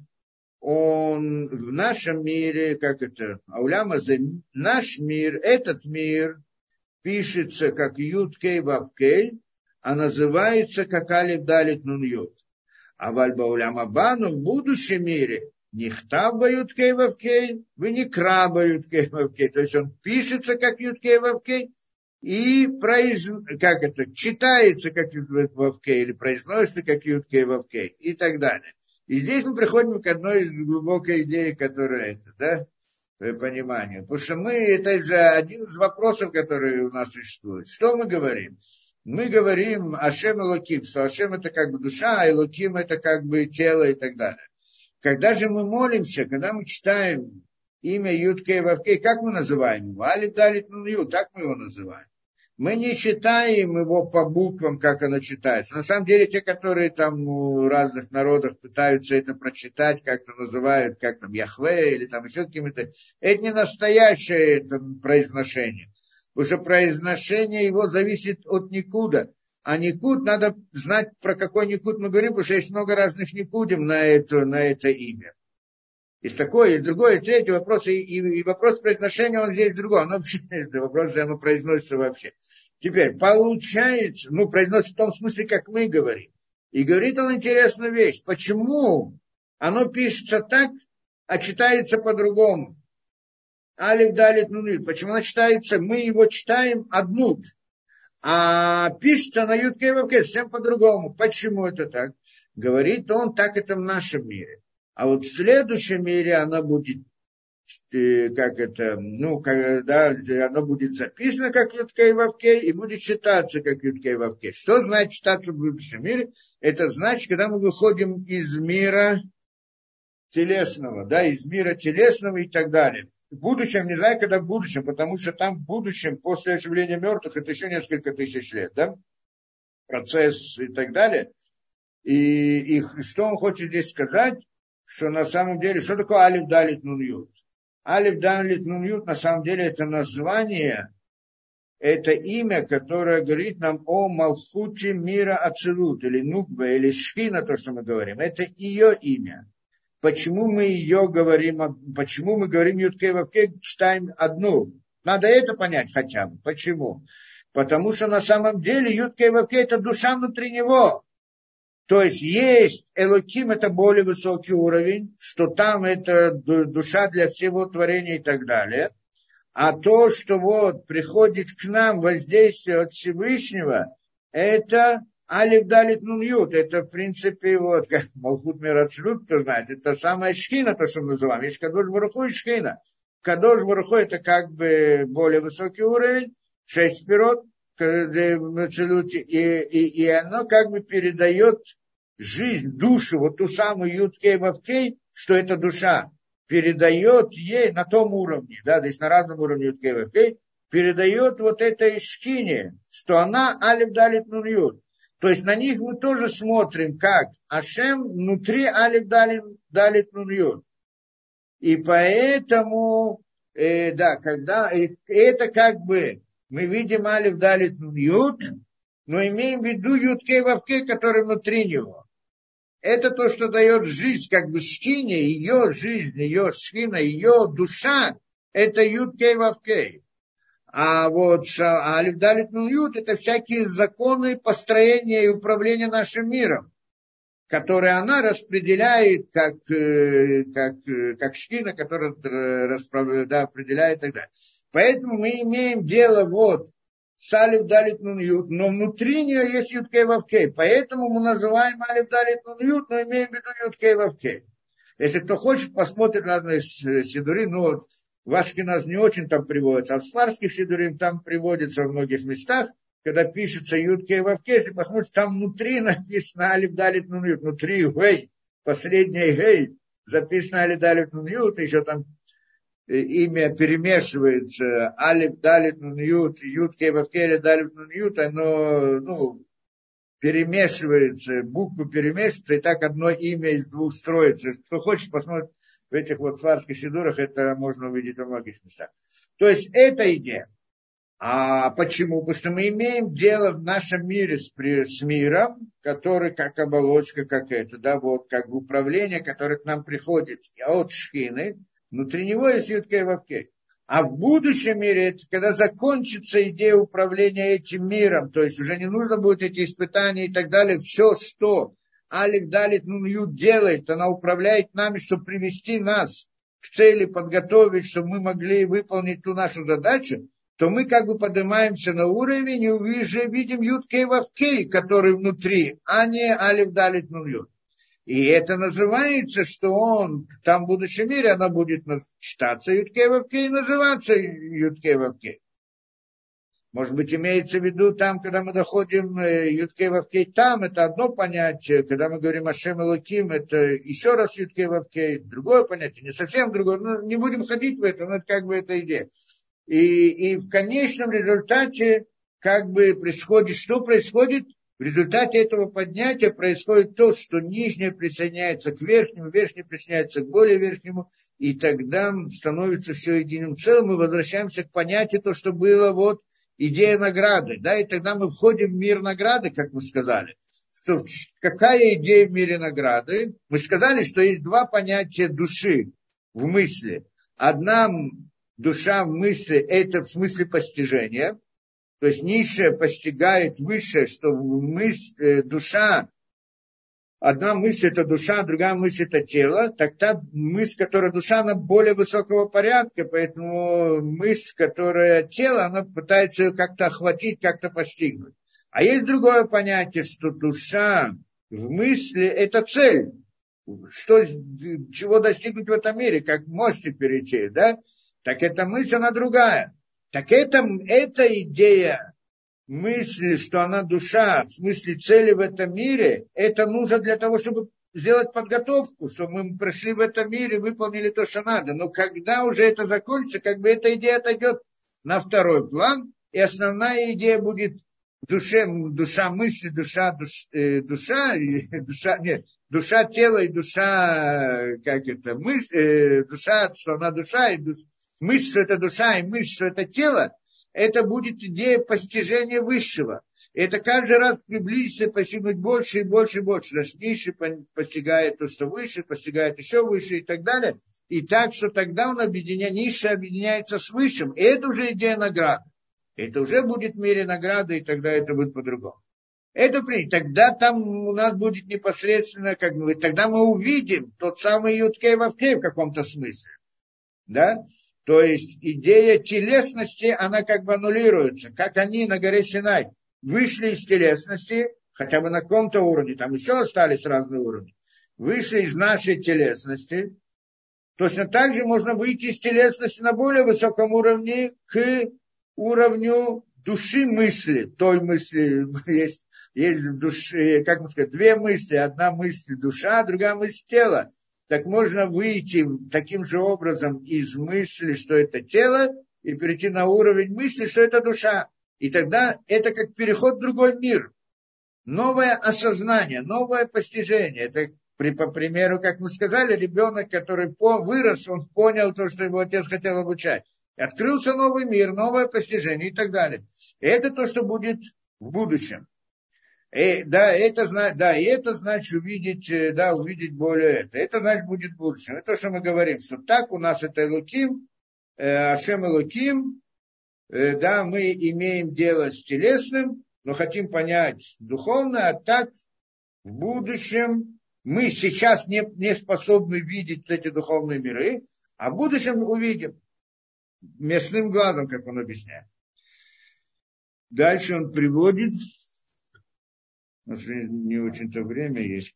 он в нашем мире, как это, ауляма зе, наш мир, этот мир пишется как Юд-Кей Вав-Кей, а называется как Алиф Далит Нун Юд. А вальба уляма бану в будущем мире нихтав ба Юд-Кей Вав-Кей, вы не краба Юд-Кей Вав-Кей. То есть он пишется как Юд-Кей Вав-Кей и как это, читается как Юд-Кей Вав-Кей или произносится как Юд-Кей Вав-Кей и так далее. И здесь мы приходим к одной из глубокой идей, которая это, да, понимание. Потому что это же один из вопросов, которые у нас существуют. Что мы говорим? Мы говорим Ашем Элоким, что Ашем это как бы душа, а Элоким это как бы тело и так далее. Когда же мы молимся, когда мы читаем имя Юд-Кей Вав-Кей, как мы называем его? Алиф Далит Нун Юд, так мы его называем. Мы не читаем его по буквам, как оно читается. На самом деле, те, которые там в разных народах пытаются это прочитать, как-то называют, как там Яхве или там еще какими-то, это не настоящее это произношение. Потому что произношение его зависит от никуда. А никуд, надо знать, про какой никуд мы говорим, потому что есть много разных никудим на это имя. Есть такое, есть другое, есть третий вопрос, и вопрос произношения, он здесь другой. Он вообще, это вопрос, где оно произносится вообще. Теперь, получается, произносится в том смысле, как мы говорим. И говорит он интересную вещь. Почему оно пишется так, а читается по-другому? Алиф Далит Нун Юд. Почему оно читается, мы его читаем однут, а пишется на Юд-Кей Вав-Кей совсем по-другому. Почему это так? Говорит он, так это в нашем мире. А вот в следующем мире она будет, она будет записана как Юд-Кей Вав-Кей и будет читаться как Юд-Кей Вав-Кей. Что значит читаться в будущем мире? Это значит, когда мы выходим из мира телесного, да, из мира телесного и так далее. В будущем, не знаю, когда в будущем, потому что там в будущем, после оживления мертвых, это еще несколько тысяч лет, да, процесс и так далее. И что он хочет здесь сказать? Что на самом деле, что такое Алиф Далит Нун Юд? Алиф Далит Нун Юд на самом деле это название, это имя, которое говорит нам о Малхуте мира Ацилут, или Нукба, или Шхина, то, что мы говорим. Это ее имя. Почему мы говорим Юд-Кей Вав-Кей, читаем одну? Надо это понять хотя бы. Почему? Потому что на самом деле Юд-Кей Вав-Кей это душа внутри него. То есть Элоким это более высокий уровень, что там это душа для всего творения и так далее. А то, что вот приходит к нам воздействие от Всевышнего, это Алиф Далит Нун Юд. Это в принципе вот как Малхут Мир Ацилут, кто знает, это самая Шхина, то, что мы называем. Есть Кадош Барух Ху и Шхина. Кадош Барух Ху это как бы более высокий уровень, 6 спирот в Ацилуте, и оно как бы передает жизнь, душу, вот ту самую Юд-Кей Вав-Кей, что эта душа передает ей на том уровне, да, то есть на разном уровне Юд-Кей Вав-Кей, передает вот этой шхине, что она Алиф Далит Нун Юд. То есть на них мы тоже смотрим, как Ашем внутри Алиф Далит Нун Юд. И поэтому, да, когда это как бы мы видим Алиф Далит Нун Юд, но имеем в виду Юд-Кей Вав-Кей, который внутри него. Это то, что дает жизнь, как бы шхине, ее жизнь, ее шхина, ее душа, это Юд-Кей Вав-Кей. А вот Алиф Далит Нун Юд, это всякие законы построения и управления нашим миром, которые она распределяет, как шхина, которая определяет и так далее. Поэтому мы имеем дело вот с Алиф Далит Нун Юд, но внутри нее есть Юд Кей Вав Кей. Поэтому мы называем Алиф Далит Нун Юд, но имеем в виду Юд Кей Вав Кей. Если кто хочет, посмотрит разные сидури, ну вот в Ашкеназ не очень там приводится, а в Сфарских сидурим там приводится во многих местах, когда пишется Юд Кей Вав Кей, если посмотрите, там внутри написано Алиф Далит Нун Юд, внутри Гей, последний Гей, записано Алиф Далит Нун Юд, еще там имя перемешивается, Алиф Далит Нун Юд, Юд Кей Вав Кей, Алиф Далит Нун Юд, оно, перемешивается, буквы перемешиваются, и так одно имя из двух строится. Кто хочет посмотреть в этих вот фарских сидурах, это можно увидеть во многих местах. То есть это идея. А почему? Потому что мы имеем дело в нашем мире с миром, который как оболочка, как это, да, вот как бы управление, которое к нам приходит от шхины, внутри него есть Юд Кей Вав Кей. А в будущем мире, это когда закончится идея управления этим миром, то есть уже не нужно будет эти испытания и так далее, все, что Алиф Далит Нун Юд делает, она управляет нами, чтобы привести нас к цели, подготовить, чтобы мы могли выполнить ту нашу задачу, то мы как бы поднимаемся на уровень и уже видим Юд Кей Вав Кей, который внутри, а не Алиф Далит Нун Юд. И это называется, что он там в будущем мире, она будет читаться Юд Кей Вав Кей и называться Юд Кей Вав Кей. Может быть, имеется в виду там, когда мы доходим Юд Кей Вав Кей, там это одно понятие, когда мы говорим Ашем Элоким, это еще раз Юд Кей Вав Кей, другое понятие, не совсем другое, но не будем ходить в это, но это как бы эта идея. И в конечном результате как бы происходит, что происходит? В результате этого поднятия происходит то, что нижнее присоединяется к верхнему, верхнее присоединяется к более верхнему, и тогда становится все единым целым, мы возвращаемся к понятию, то, что было вот идея награды, да, и тогда мы входим в мир награды, как мы сказали. Что, какая идея в мире награды? Мы сказали, что есть два понятия души в мысли. Одна душа в мысли, это в смысле постижения, то есть низшее постигает высшее, что душа, одна мысль это душа, другая мысль это тело, так та мысль, которая душа, она более высокого порядка, поэтому мысль, которая тело, она пытается ее как-то охватить, как-то постигнуть. А есть другое понятие, что душа в мысли это цель, чего достигнуть в этом мире, как мостик перейти, да? Так эта мысль, она другая. Так эта идея мысли, что она душа, в смысле цели в этом мире, это нужно для того, чтобы сделать подготовку, чтобы мы прошли в этом мире, выполнили то, что надо. Но когда уже это закончится, как бы эта идея отойдет на второй план, и основная идея будет в душе, душа мысли, душа тело и душа, душа, что она душа, и мысль, что это душа, и мысль, что это тело, это будет идея постижения высшего. И это каждый раз приблизиться, постигнуть больше и больше и больше. Наш низший постигает то, что выше, постигает еще выше и так далее. И так, что тогда он низшее объединяется с высшим. И это уже идея награды. Это уже будет в мире награды, и тогда это будет по-другому. Тогда там у нас будет непосредственно, тогда мы увидим тот самый Юд Кей Вав Кей в каком-то смысле. Да? То есть идея телесности, она как бы аннулируется. Как они на горе Синай вышли из телесности, хотя бы на каком-то уровне, там еще остались разные уровни, вышли из нашей телесности, точно так же можно выйти из телесности на более высоком уровне к уровню души мысли. Той мысли есть в душе, как можно сказать, две мысли. Одна мысль душа, другая мысль тело. так можно выйти таким же образом из мысли, что это тело, и перейти на уровень мысли, что это душа. И тогда это как переход в другой мир. Новое осознание, новое постижение. Это, по примеру, как мы сказали, ребенок, который вырос, он понял то, что его отец хотел обучать. И открылся новый мир, новое постижение и так далее. И это то, что будет в будущем. И это значит увидеть, увидеть более это. Это значит будет в будущем. Это то, что мы говорим, что так у нас это Элоким, Ашем Элоким, мы имеем дело с телесным, но хотим понять духовно, а так в будущем мы сейчас не способны видеть эти духовные миры, а в будущем увидим мясным глазом, как он объясняет. Дальше он приводит, у нас не очень-то время есть,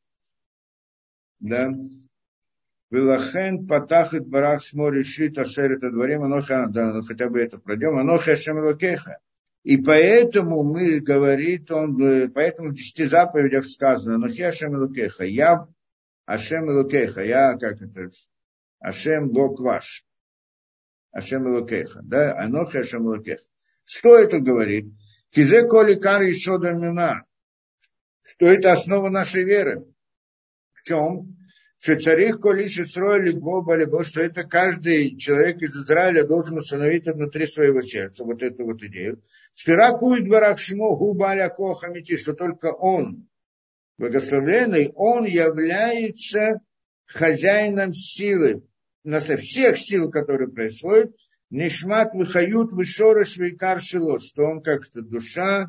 Вилахен патахит барах шмо решит ашер это дворим, хотя бы это пройдем, анохи ашем элокеха. И поэтому мы, говорит он, поэтому в 10 заповедях сказано, анохи ашем элокеха, я ашем элокеха, я, ашем Бог ваш, ашем элокеха, анохи ашем элокеха. Что это говорит? Кизе коли кар еще до мина, что это основа нашей веры. В чем? Что царих колиш Исроэль Бога, что это каждый человек из Израиля должен установить внутри своего сердца, вот эту вот идею. Ширакует барах шмо губаля кохамити, что только он, благословенный, он является хозяином силы, всех сил, которые происходят, нишмат выхают вышорыш вейкар шило, что он как-то душа,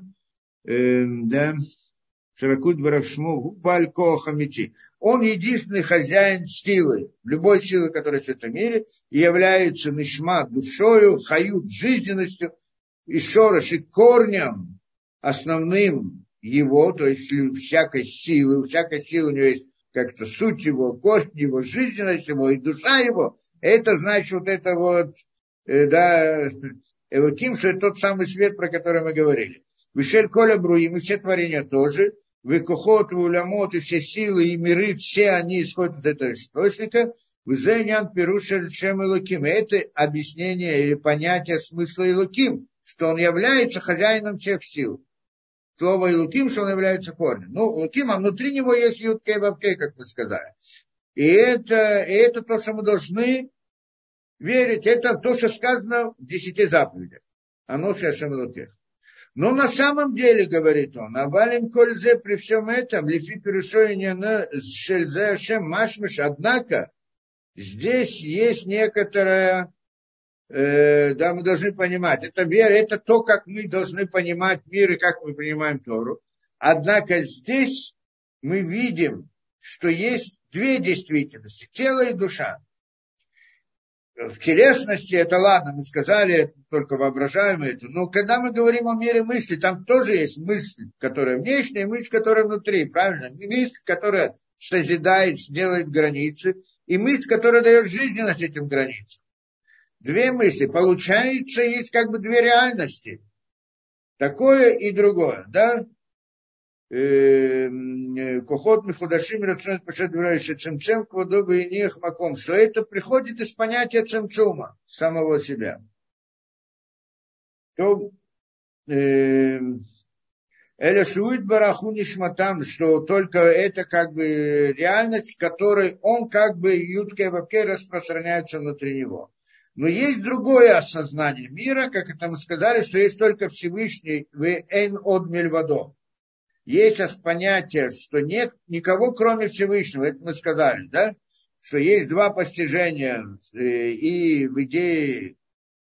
Ширакут Барашму, Губаль Кохамити. Он единственный хозяин силы, любой силы, которая есть в этом мире, и является нишмат душою, хают жизненностью, и шорош, и корнем основным его, то есть всякой силы у него есть как-то суть его, корень его, жизненность его и душа его. Это значит вот это вот, Элоким, что это тот самый свет, про который мы говорили. Вишель Коля Бруим, и все творения тоже, Векохот, Улямот, и все силы, и миры, все они исходят от этого источника. Визенян Перуша Шем Элоким. Это объяснение или понятие смысла Элоким, что он является хозяином всех сил. Слово Элоким, что он является корнем. Элоким, а внутри него есть Юд-Кей Вав-Кей, как мы сказали. И это то, что мы должны верить. Это то, что сказано в 10 заповедях. Анохи Ашем Элокех. Но на самом деле, говорит он, авалим кользе при всем этом, лифи перешойня на шельзе ашем машмиш, однако здесь есть некоторая, мы должны понимать, это вера, это то, как мы должны понимать мир и как мы понимаем Тору. Однако здесь мы видим, что есть две действительности, тело и душа. В телесности это ладно, мы сказали, это только воображаемое это. Но когда мы говорим о мире мысли, там тоже есть мысль, которая внешняя, и мысль, которая внутри, правильно? Мысль, которая созидает, делает границы, и мысль, которая дает жизненность этим границам. Две мысли. Получается, есть как бы две реальности. Такое и другое, да? Кохот Михудашим Рацунет Пашадвирающий Цимцем Квадоба и Нех Маком, что это приходит из понятия цимцума, самого себя. То Эля Шуит Бараху Нишматам, что только это как бы реальность, в которой он как бы Юткей Вавкей распространяется внутри него. Но есть другое осознание мира, как это мы сказали, что есть только Всевышний в Эйн Од Мельвадо. Есть понятие, что нет никого, кроме Всевышнего. Это мы сказали, да? Что есть два постижения. И в идее,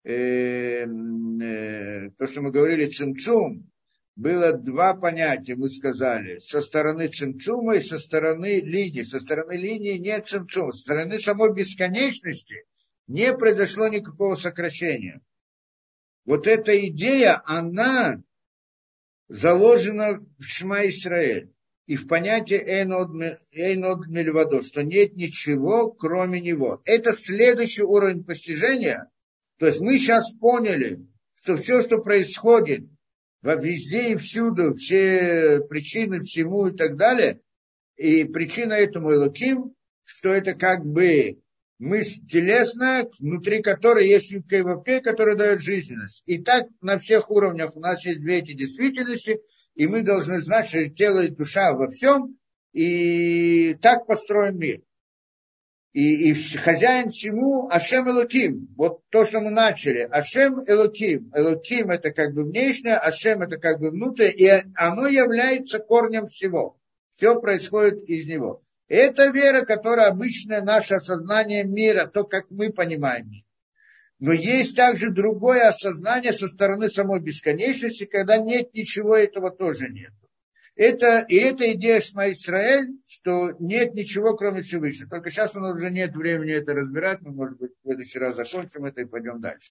то, что мы говорили, цимцум, было два понятия, мы сказали. Со стороны цимцума и со стороны линии. Со стороны линии нет цимцума. Со стороны самой бесконечности не произошло никакого сокращения. Вот эта идея, она заложено в Шма Исраэль и в понятие Эйнод Мельвадо, что нет ничего, кроме него. Это следующий уровень постижения. То есть мы сейчас поняли, что все, что происходит везде и всюду, все причины всему и так далее, и причина этому Элоким, что это как бы мысль телесная, внутри которой есть юбка и вовке, которая дает жизненность. И так на всех уровнях у нас есть две эти действительности, и мы должны знать, что тело и душа во всем, и так построен мир. И хозяин всему Ашем Элоким. Вот то, что мы начали. Ашем Элоким. Элоким это как бы внешнее, Ашем это как бы внутреннее, и оно является корнем всего. Все происходит из него. Это вера, которая обычное наше осознание мира, то, как мы понимаем мир. Но есть также другое осознание со стороны самой бесконечности, когда нет ничего, этого тоже нет. И эта идея Шма Исраэль, что нет ничего, кроме Всевышнего. Только сейчас у нас уже нет времени это разбирать, мы, может быть, в следующий раз закончим это и пойдем дальше.